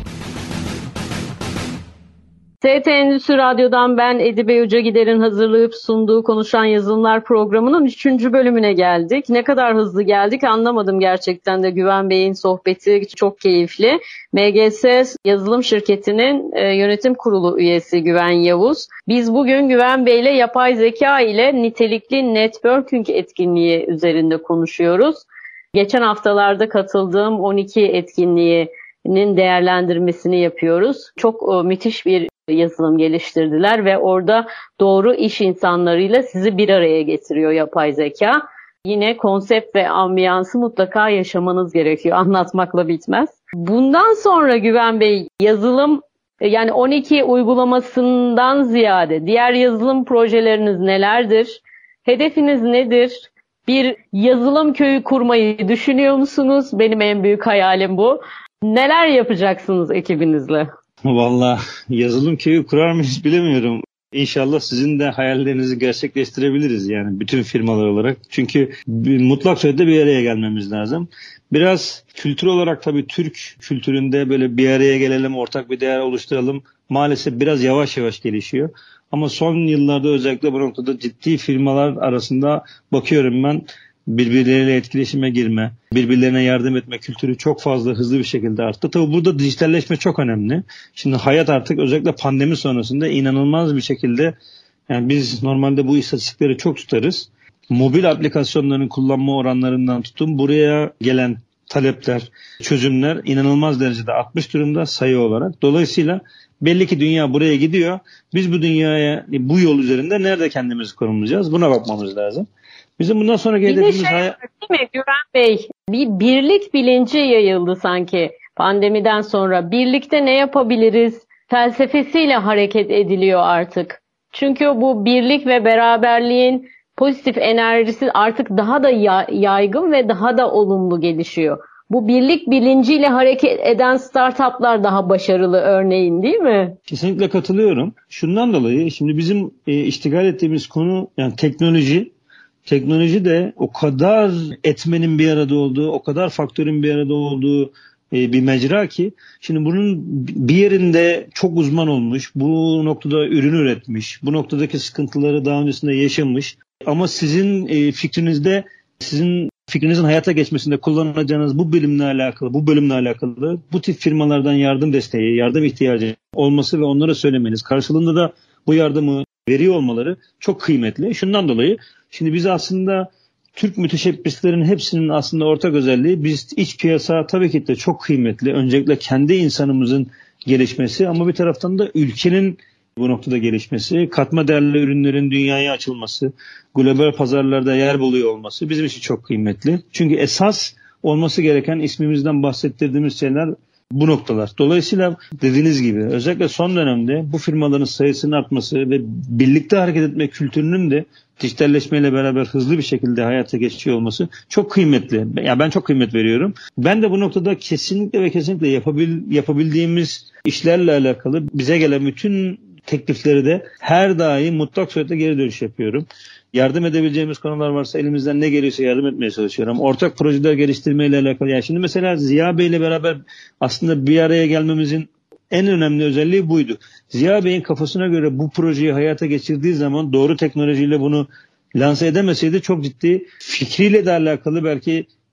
TRT Endüstri Radyo'dan ben Edibe Uca Gider'in hazırlayıp sunduğu Konuşan Yazılımlar programının 3. bölümüne geldik. Ne kadar hızlı geldik anlamadım gerçekten de. Güven Bey'in sohbeti çok keyifli. MGS Yazılım Şirketi'nin yönetim kurulu üyesi Güven Yavuz. Biz bugün Güven Bey ile yapay zeka ile nitelikli networking etkinliği üzerinde konuşuyoruz. Geçen haftalarda katıldığım 12 etkinliğinin değerlendirmesini yapıyoruz. Çok müthiş bir yazılım geliştirdiler ve orada doğru iş insanlarıyla sizi bir araya getiriyor yapay zeka. Yine konsept ve ambiyansı mutlaka yaşamanız gerekiyor. Anlatmakla bitmez. Bundan sonra Güven Bey yazılım yani 12 uygulamasından ziyade diğer yazılım projeleriniz nelerdir? Hedefiniz nedir? Bir yazılım köyü kurmayı düşünüyor musunuz? Benim en büyük hayalim bu. Neler yapacaksınız ekibinizle? Vallahi yazılım köyü kurar mıyız bilemiyorum. İnşallah sizin de hayallerinizi gerçekleştirebiliriz yani bütün firmalar olarak. Çünkü mutlak surette bir araya gelmemiz lazım. Biraz kültür olarak tabii Türk kültüründe böyle bir araya gelelim, ortak bir değer oluşturalım. Maalesef biraz yavaş yavaş gelişiyor. Ama son yıllarda özellikle bu noktada ciddi firmalar arasında bakıyorum ben. Birbirleriyle etkileşime girme, birbirlerine yardım etme kültürü çok fazla hızlı bir şekilde arttı. Tabii burada dijitalleşme çok önemli. Şimdi hayat artık özellikle pandemi sonrasında inanılmaz bir şekilde, yani biz normalde bu istatistikleri çok tutarız. Mobil aplikasyonların kullanma oranlarından tutun buraya gelen talepler, çözümler inanılmaz derecede artmış durumda sayı olarak. Dolayısıyla belli ki dünya buraya gidiyor. Biz bu dünyaya, bu yol üzerinde nerede kendimizi konumlayacağız? Buna bakmamız lazım. Bizim bundan sonraki hedefimiz... Değil mi Güven Bey? Bir birlik bilinci yayıldı sanki pandemiden sonra. Birlikte ne yapabiliriz felsefesiyle hareket ediliyor artık. Çünkü bu birlik ve beraberliğin pozitif enerjisi artık daha da yaygın ve daha da olumlu gelişiyor. Bu birlik bilinciyle hareket eden startuplar daha başarılı örneğin değil mi? Kesinlikle katılıyorum. Şundan dolayı şimdi bizim iştigal ettiğimiz konu yani teknoloji. Teknoloji de o kadar etmenin bir arada olduğu, o kadar faktörün bir arada olduğu bir mecra ki şimdi bunun bir yerinde çok uzman olmuş, bu noktada ürün üretmiş, bu noktadaki sıkıntıları daha öncesinde yaşamış ama sizin fikrinizin hayata geçmesinde kullanacağınız bu bölümle alakalı bu tip firmalardan yardım desteği, yardım ihtiyacı olması ve onlara söylemeniz, karşılığında da bu yardımı veriyor olmaları çok kıymetli. Şundan dolayı şimdi biz aslında Türk müteşebbislerin hepsinin aslında ortak özelliği biz iç piyasa tabii ki de çok kıymetli. Öncelikle kendi insanımızın gelişmesi ama bir taraftan da ülkenin bu noktada gelişmesi, katma değerli ürünlerin dünyaya açılması, global pazarlarda yer buluyor olması bizim için çok kıymetli. Çünkü esas olması gereken ismimizden bahsettirdiğimiz şeyler bu noktalar. Dolayısıyla dediğiniz gibi özellikle son dönemde bu firmaların sayısının artması ve birlikte hareket etme kültürünün de dijitalleşmeyle beraber hızlı bir şekilde hayata geçiyor olması çok kıymetli. Ya ben çok kıymet veriyorum. Ben de bu noktada kesinlikle yapabildiğimiz işlerle alakalı bize gelen bütün teklifleri de her daim mutlak surette geri dönüş yapıyorum. Yardım edebileceğimiz konular varsa elimizden ne geliyorsa yardım etmeye çalışıyorum. Ortak projeler geliştirmeyle alakalı. Yani şimdi mesela Ziya Bey ile beraber aslında bir araya gelmemizin en önemli özelliği buydu. Ziya Bey'in kafasına göre bu projeyi hayata geçirdiği zaman doğru teknolojiyle bunu lanse edemeseydi çok ciddi fikriyle de alakalı belki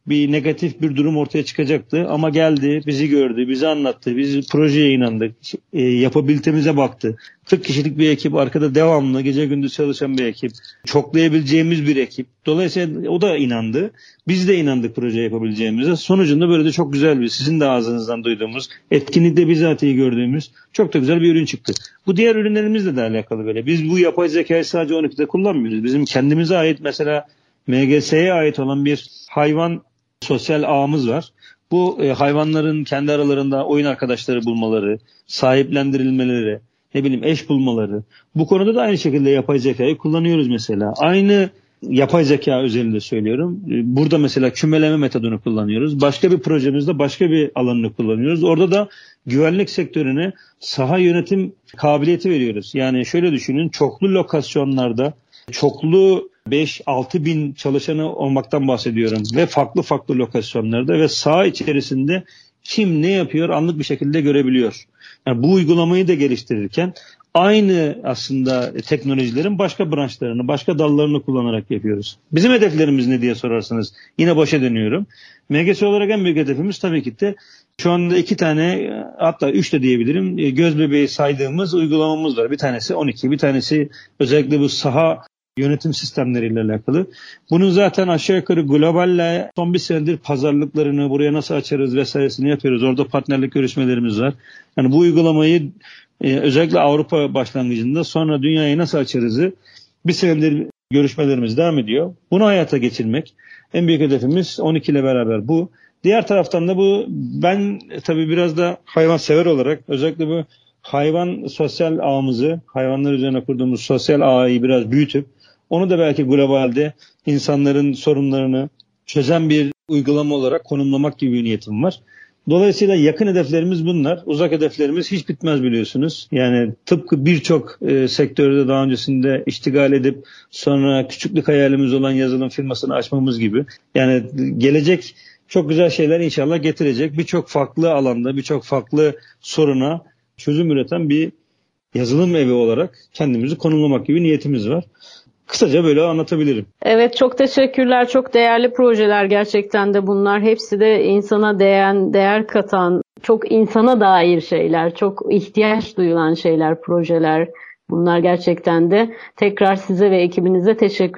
bir negatif bir durum ortaya çıkacaktı. Ama geldi, bizi gördü, bizi anlattı, biz projeye inandık, yapabilitemize baktı. 40 kişilik bir ekip, arkada devamlı gece gündüz çalışan bir ekip, çoklayabileceğimiz bir ekip. Dolayısıyla o da inandı. Biz de inandık proje yapabileceğimize. Sonucunda böyle de çok güzel bir, sizin de ağzınızdan duyduğumuz, etkinlikte bizatihi gördüğümüz çok da güzel bir ürün çıktı. Bu diğer ürünlerimizle de alakalı böyle. Biz bu yapay zekayı sadece 12'de kullanmıyoruz. Bizim kendimize ait, mesela MGS'ye ait olan bir hayvan sosyal ağımız var. Bu hayvanların kendi aralarında oyun arkadaşları bulmaları, sahiplendirilmeleri, eş bulmaları. Bu konuda da aynı şekilde yapay zekayı kullanıyoruz mesela. Aynı yapay zeka özelinde söylüyorum. Burada mesela kümeleme metodunu kullanıyoruz. Başka bir projemizde başka bir alanını kullanıyoruz. Orada da güvenlik sektörüne saha yönetim kabiliyeti veriyoruz. Yani şöyle düşünün, çoklu lokasyonlarda, çoklu 5-6 bin çalışanı olmaktan bahsediyorum ve farklı lokasyonlarda ve saha içerisinde kim ne yapıyor anlık bir şekilde görebiliyor. Yani bu uygulamayı da geliştirirken aynı aslında teknolojilerin başka branşlarını, başka dallarını kullanarak yapıyoruz. Bizim hedeflerimiz ne diye sorarsanız yine başa dönüyorum. MGS olarak en büyük hedefimiz tabii ki de şu anda 2 tane, hatta 3 de diyebilirim, göz bebeği saydığımız uygulamamız var. Bir tanesi 12, bir tanesi özellikle bu saha yönetim sistemleriyle alakalı. Bunun zaten aşağı yukarı globalle son bir senedir pazarlıklarını, buraya nasıl açarız vesairesini yapıyoruz. Orada partnerlik görüşmelerimiz var. Yani bu uygulamayı özellikle Avrupa başlangıcında, sonra dünyayı nasıl açarızı bir senedir görüşmelerimiz devam ediyor. Bunu hayata geçirmek en büyük hedefimiz, 12 ile beraber bu. Diğer taraftan da bu, ben tabii biraz da hayvansever olarak özellikle bu hayvan sosyal ağımızı, hayvanlar üzerine kurduğumuz sosyal ağı biraz büyütüp onu da belki globalde insanların sorunlarını çözen bir uygulama olarak konumlamak gibi bir niyetim var. Dolayısıyla yakın hedeflerimiz bunlar. Uzak hedeflerimiz hiç bitmez biliyorsunuz. Yani tıpkı birçok sektörde daha öncesinde iştigal edip sonra küçüklük hayalimiz olan yazılım firmasını açmamız gibi. Yani gelecek çok güzel şeyler inşallah getirecek. Birçok farklı alanda, birçok farklı soruna çözüm üreten bir yazılım evi olarak kendimizi konumlamak gibi niyetimiz var. Kısaca böyle anlatabilirim. Evet, çok teşekkürler. Çok değerli projeler gerçekten de bunlar. Hepsi de insana değer katan, çok insana dair şeyler, çok ihtiyaç duyulan şeyler, projeler. Bunlar gerçekten de tekrar size ve ekibinize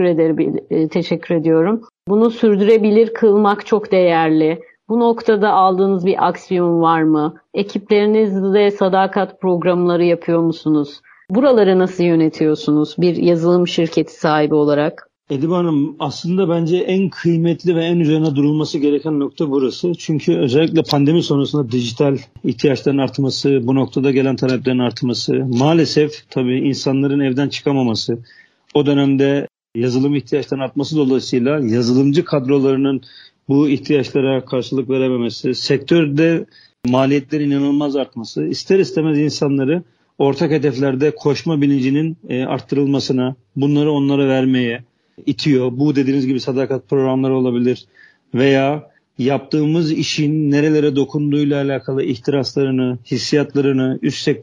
teşekkür ediyorum. Bunu sürdürebilir kılmak çok değerli. Bu noktada aldığınız bir aksiyon var mı? Ekiplerinizle sadakat programları yapıyor musunuz? Buraları nasıl yönetiyorsunuz bir yazılım şirketi sahibi olarak? Edibe Hanım, aslında bence en kıymetli ve en üzerine durulması gereken nokta burası. Çünkü özellikle pandemi sonrasında dijital ihtiyaçların artması, bu noktada gelen taleplerin artması, maalesef tabii insanların evden çıkamaması, o dönemde yazılım ihtiyaçlarının artması dolayısıyla yazılımcı kadrolarının bu ihtiyaçlara karşılık verememesi, sektörde maliyetlerin inanılmaz artması, ister istemez insanları ortak hedeflerde koşma bilincinin arttırılmasına, bunları onlara vermeye itiyor. Bu dediğiniz gibi sadakat programları olabilir veya yaptığımız işin nerelere dokunduğuyla alakalı ihtiraslarını, hissiyatlarını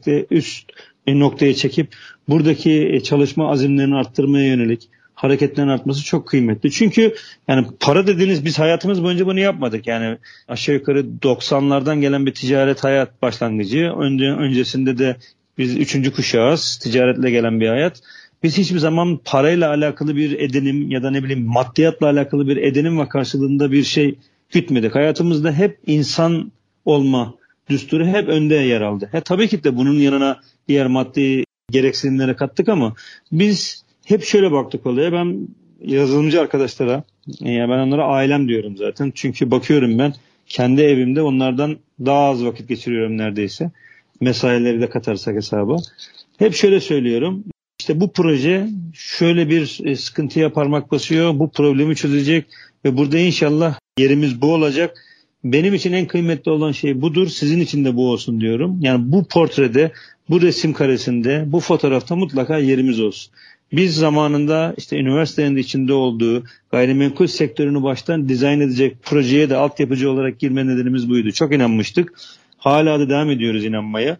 üst noktaya çekip buradaki çalışma azimlerini arttırmaya yönelik hareketlerin artması çok kıymetli. Çünkü yani para dediğiniz, biz hayatımız boyunca bunu yapmadık. Yani aşağı yukarı 90'lardan gelen bir ticaret hayat başlangıcı. Öncesinde de biz 3. kuşağız, ticaretle gelen bir hayat. Biz hiçbir zaman parayla alakalı bir edinim ya da maddiyatla alakalı bir edinim ve karşılığında bir şey gütmedik. Hayatımızda hep insan olma düsturu hep önde yer aldı. Tabii ki de bunun yanına diğer maddi gereksinimlere kattık ama biz hep şöyle baktık olaya. Ben yazılımcı arkadaşlara, ben onlara ailem diyorum zaten. Çünkü bakıyorum ben kendi evimde onlardan daha az vakit geçiriyorum neredeyse. Mesaileri de katarsak hesaba. Hep şöyle söylüyorum. İşte bu proje şöyle bir sıkıntıya parmak basıyor. Bu problemi çözecek ve burada inşallah yerimiz bu olacak. Benim için en kıymetli olan şey budur. Sizin için de bu olsun diyorum. Yani bu portrede, bu resim karesinde, bu fotoğrafta mutlaka yerimiz olsun. Biz zamanında işte üniversitenin içinde olduğu gayrimenkul sektörünü baştan dizayn edecek projeye de altyapıcı olarak girme nedenimiz buydu. Çok inanmıştık. Hala da devam ediyoruz inanmaya.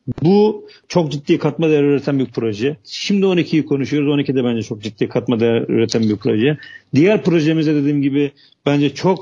Bu çok ciddi katma değer üreten bir proje. Şimdi 12'yi konuşuyoruz. 12 de bence çok ciddi katma değer üreten bir proje. Diğer projemize dediğim gibi bence çok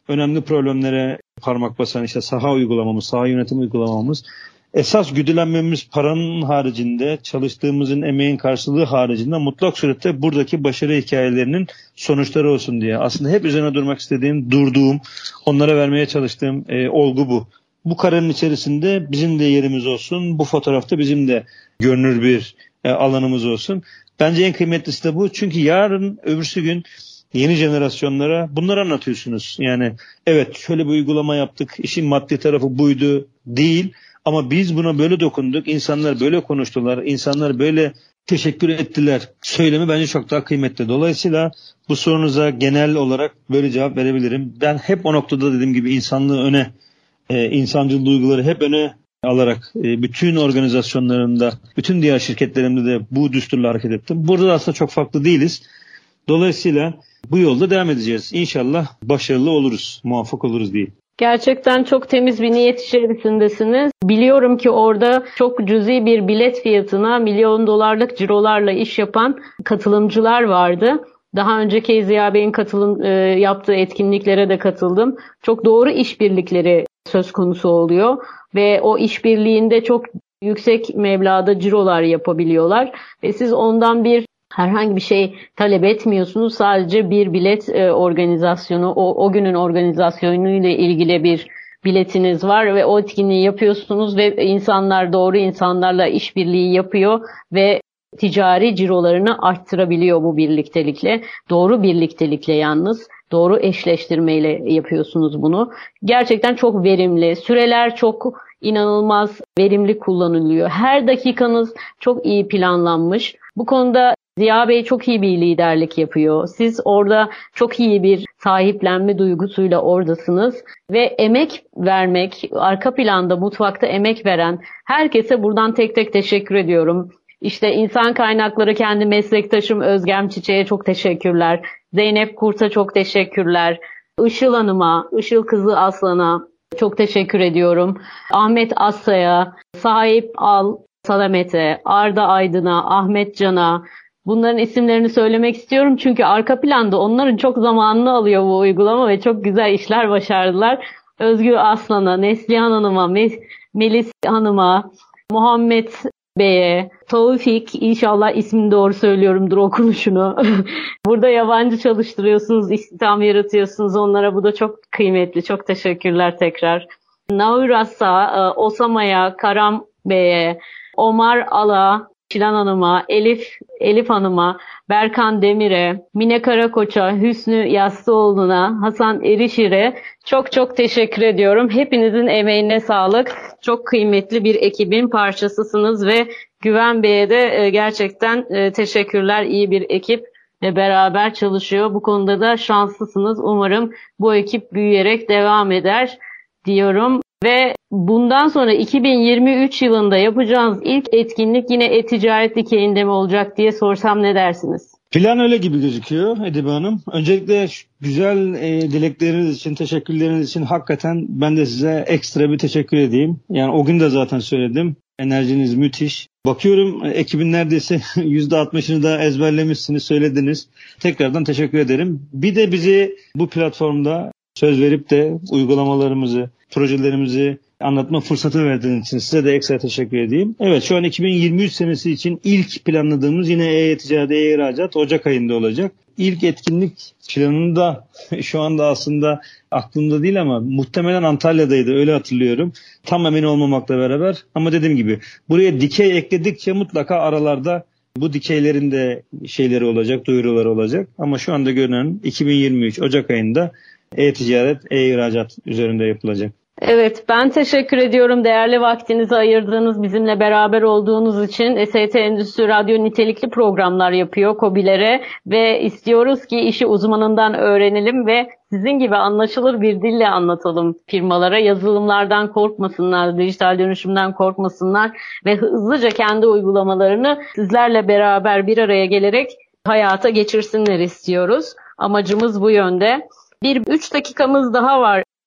önemli problemlere parmak basan işte saha uygulamamız, saha yönetim uygulamamız, esas güdülenmemiz paranın haricinde, çalıştığımızın emeğin karşılığı haricinde mutlak surette buradaki başarı hikayelerinin sonuçları olsun diye. Aslında hep üzerine durmak istediğim, durduğum, onlara vermeye çalıştığım olgu bu. Bu karenin içerisinde bizim de yerimiz olsun, bu fotoğrafta bizim de görünür bir alanımız olsun. Bence en kıymetlisi de bu. Çünkü yarın öbürsü gün yeni jenerasyonlara bunları anlatıyorsunuz. Yani evet şöyle bir uygulama yaptık, işin maddi tarafı buydu değil. Ama biz buna böyle dokunduk, insanlar böyle konuştular, insanlar böyle teşekkür ettiler. Söylemi bence çok daha kıymetli. Dolayısıyla bu sorunuza genel olarak böyle cevap verebilirim. Ben hep o noktada dediğim gibi insanlığı öne, insancıl duyguları hep öne alarak bütün organizasyonlarımda, bütün diğer şirketlerimde de bu düsturla hareket ettim. Burada da aslında çok farklı değiliz. Dolayısıyla bu yolda devam edeceğiz. İnşallah başarılı oluruz, muvaffak oluruz diyeyim. Gerçekten çok temiz bir niyet içerisindesiniz. Biliyorum ki orada çok cüzi bir bilet fiyatına milyon dolarlık cirolarla iş yapan katılımcılar vardı. Daha önceki Ziya Bey'in yaptığı etkinliklere de katıldım. Çok doğru işbirlikleri söz konusu oluyor ve o işbirliğinde çok yüksek meblağda cirolar yapabiliyorlar ve siz ondan herhangi bir şey talep etmiyorsunuz. Sadece bir bilet organizasyonu, o günün organizasyonuyla ilgili bir biletiniz var ve o etkinliği yapıyorsunuz ve doğru insanlarla işbirliği yapıyor ve ticari cirolarını arttırabiliyor bu birliktelikle. Doğru birliktelikle yalnız. Doğru eşleştirmeyle yapıyorsunuz bunu. Gerçekten çok verimli. Süreler çok inanılmaz verimli kullanılıyor. Her dakikanız çok iyi planlanmış. Bu konuda Ziya Bey çok iyi bir liderlik yapıyor. Siz orada çok iyi bir sahiplenme duygusuyla oradasınız ve emek vermek, arka planda mutfakta emek veren herkese buradan tek tek teşekkür ediyorum. İşte insan kaynakları kendi meslektaşım Özgem Çiçek'e çok teşekkürler. Zeynep Kurt'a çok teşekkürler. Işıl Hanım'a, Işıl kızı Aslan'a çok teşekkür ediyorum. Ahmet Assa'ya, Sahip Al Salamet'e, Arda Aydın'a, Ahmet Can'a, bunların isimlerini söylemek istiyorum çünkü arka planda onların çok zamanını alıyor bu uygulama ve çok güzel işler başardılar. Özgür Aslan'a, Neslihan Hanım'a, Melis Hanım'a, Muhammed Bey'e, Tevfik, inşallah ismini doğru söylüyorumdur okunuşunu. Burada yabancı çalıştırıyorsunuz, istihdam yaratıyorsunuz onlara. Bu da çok kıymetli. Çok teşekkürler tekrar. Naur Assa, Osama'ya, Karam Bey'e, Omar Ala, Şilan Hanım'a, Elif Hanım'a, Berkan Demir'e, Mine Karakoç'a, Hüsnü Yastıoğlu'na, Hasan Erişir'e çok çok teşekkür ediyorum. Hepinizin emeğine sağlık. Çok kıymetli bir ekibin parçasısınız ve Güven Bey'e de gerçekten teşekkürler. İyi bir ekiple beraber çalışıyor. Bu konuda da şanslısınız. Umarım bu ekip büyüyerek devam eder diyorum. Ve bundan sonra 2023 yılında yapacağınız ilk etkinlik yine e-ticaret dikeyinde mi olacak diye sorsam ne dersiniz? Plan öyle gibi gözüküyor Edibe Hanım. Öncelikle güzel dilekleriniz için, teşekkürleriniz için hakikaten ben de size ekstra bir teşekkür edeyim. Yani o gün de zaten söyledim. Enerjiniz müthiş. Bakıyorum ekibin neredeyse %60'ını da ezberlemişsiniz, söylediniz. Tekrardan teşekkür ederim. Bir de bizi bu platformda söz verip de uygulamalarımızı, projelerimizi anlatma fırsatı verdiğiniz için size de ekstra teşekkür edeyim. Evet, şu an 2023 senesi için ilk planladığımız yine e-ticaret, e-ihracat Ocak ayında olacak. İlk etkinlik planında şu anda aslında aklımda değil ama muhtemelen Antalya'daydı, öyle hatırlıyorum. Tam emin olmamakla beraber ama dediğim gibi buraya dikey ekledikçe mutlaka aralarda bu dikeylerin de şeyleri olacak, duyuruları olacak. Ama şu anda görünen 2023 Ocak ayında e-ticaret, e-ihracat üzerinde yapılacak. Evet, ben teşekkür ediyorum değerli vaktinizi ayırdığınız, bizimle beraber olduğunuz için. ST Endüstri Radyo nitelikli programlar yapıyor KOBİ'lere ve istiyoruz ki işi uzmanından öğrenelim ve sizin gibi anlaşılır bir dille anlatalım firmalara. Yazılımlardan korkmasınlar, dijital dönüşümden korkmasınlar ve hızlıca kendi uygulamalarını sizlerle beraber bir araya gelerek hayata geçirsinler istiyoruz. Amacımız bu yönde. 3 dakikamız daha var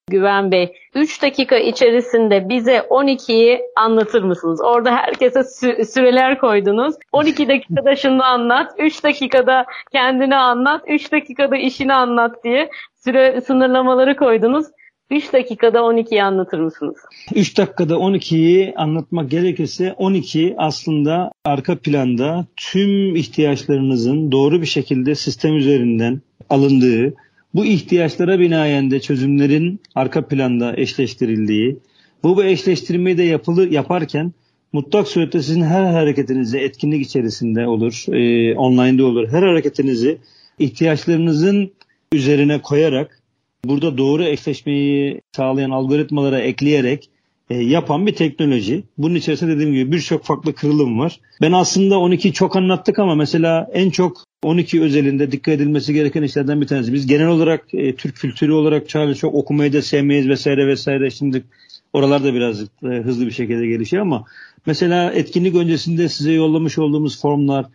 Güven Bey, 3 dakika içerisinde bize 12'yi anlatır mısınız? Orada herkese süreler koydunuz. 12 dakikada şunu anlat, 3 dakikada kendini anlat, 3 dakikada işini anlat diye süre sınırlamaları koydunuz. 3 dakikada 12'yi anlatır mısınız? 3 dakikada 12'yi anlatmak gerekirse 12 aslında arka planda tüm ihtiyaçlarınızın doğru bir şekilde sistem üzerinden alındığı, bu ihtiyaçlara binaen de çözümlerin arka planda eşleştirildiği, bu eşleştirmeyi de yaparken mutlak surette sizin her hareketinizi etkinlik içerisinde olur, online'da olur. Her hareketinizi ihtiyaçlarınızın üzerine koyarak, burada doğru eşleşmeyi sağlayan algoritmalara ekleyerek yapan bir teknoloji. Bunun içerisinde dediğim gibi birçok farklı kırılım var. Ben aslında 12'yi çok anlattık ama mesela en çok 12 özelinde dikkat edilmesi gereken işlerden bir tanesi. Biz genel olarak Türk kültürü olarak çok okumayı da sevmeyiz vesaire vesaire. Şimdi oralar da biraz hızlı bir şekilde gelişiyor ama mesela etkinlik öncesinde size yollamış olduğumuz formlar,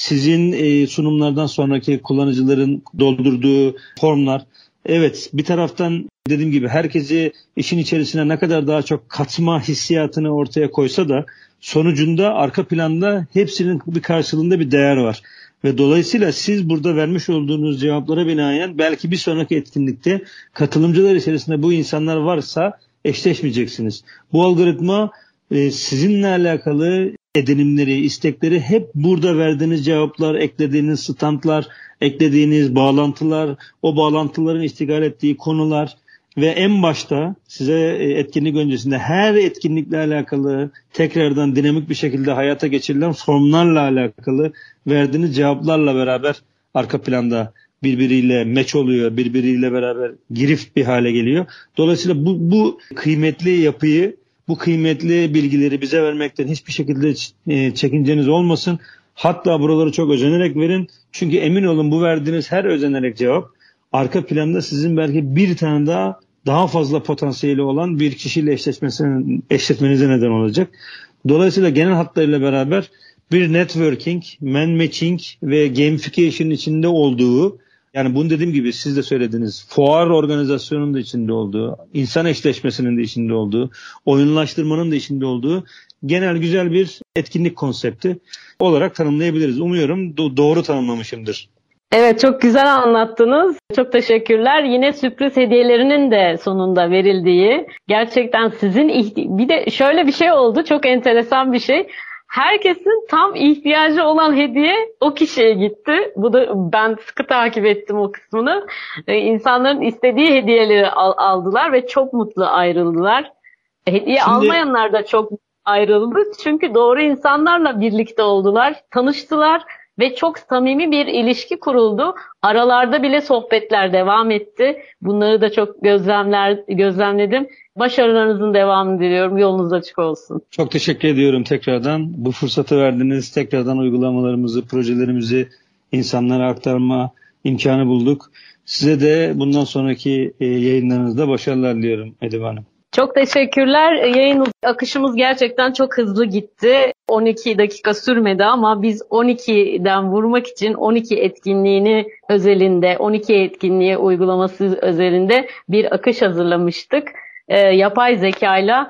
sizin sunumlardan sonraki kullanıcıların doldurduğu formlar. Evet, bir taraftan dediğim gibi herkesi işin içerisine ne kadar daha çok katma hissiyatını ortaya koysa da sonucunda arka planda hepsinin bir karşılığında bir değer var. Ve dolayısıyla siz burada vermiş olduğunuz cevaplara binaen belki bir sonraki etkinlikte katılımcılar içerisinde bu insanlar varsa eşleşmeyeceksiniz. Bu algoritma sizinle alakalı edinimleri, istekleri hep burada verdiğiniz cevaplar, eklediğiniz standlar, eklediğiniz bağlantılar, o bağlantıların iştigal ettiği konular ve en başta size etkinlik öncesinde her etkinlikle alakalı tekrardan dinamik bir şekilde hayata geçirilen formlarla alakalı verdiğiniz cevaplarla beraber arka planda birbiriyle meç oluyor, birbiriyle beraber girift bir hale geliyor. Dolayısıyla bu kıymetli yapıyı, bu kıymetli bilgileri bize vermekten hiçbir şekilde çekinceniz olmasın. Hatta buraları çok özenerek verin. Çünkü emin olun bu verdiğiniz her özenerek cevap arka planda sizin belki bir tane daha fazla potansiyeli olan bir kişiyle eşleşmenize neden olacak. Dolayısıyla genel hatlarıyla beraber bir networking, man matching ve gamification içinde olduğu, yani bunu dediğim gibi siz de söylediniz, fuar organizasyonunun da içinde olduğu, insan eşleşmesinin de içinde olduğu, oyunlaştırmanın da içinde olduğu genel güzel bir etkinlik konsepti olarak tanımlayabiliriz. Umuyorum doğru tanımlamışımdır. Evet, çok güzel anlattınız. Çok teşekkürler. Yine sürpriz hediyelerinin de sonunda verildiği, gerçekten sizin bir de şöyle bir şey oldu, çok enteresan bir şey. Herkesin tam ihtiyacı olan hediye o kişiye gitti. Bu da ben sıkı takip ettim o kısmını. İnsanların istediği hediyeleri aldılar ve çok mutlu ayrıldılar. Hediye almayanlar da çok ayrıldı. Çünkü doğru insanlarla birlikte oldular, tanıştılar ve çok samimi bir ilişki kuruldu. Aralarda bile sohbetler devam etti. Bunları da çok gözlemledim. Başarılarınızın devamını diliyorum. Yolunuz açık olsun. Çok teşekkür ediyorum tekrardan. Bu fırsatı verdiniz. Tekrardan uygulamalarımızı, projelerimizi insanlara aktarma imkanı bulduk. Size de bundan sonraki yayınlarınızda başarılar diliyorum Edip Hanım. Çok teşekkürler. Yayın akışımız gerçekten çok hızlı gitti. 12 dakika sürmedi ama biz 12'den vurmak için 12 etkinliğini özelinde, 12 etkinliğe uygulaması özelinde bir akış hazırlamıştık. Yapay zekayla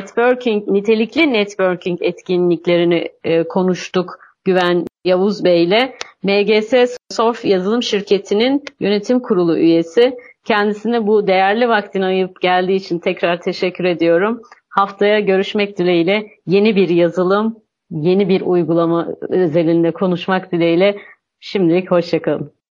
nitelikli networking etkinliklerini konuştuk Güven Yavuz Bey'le. MGS Soft Yazılım Şirketi'nin yönetim kurulu üyesi. Kendisine bu değerli vaktini ayırıp geldiği için tekrar teşekkür ediyorum. Haftaya görüşmek dileğiyle yeni bir yazılım, yeni bir uygulama özelinde konuşmak dileğiyle şimdilik hoşça kalın.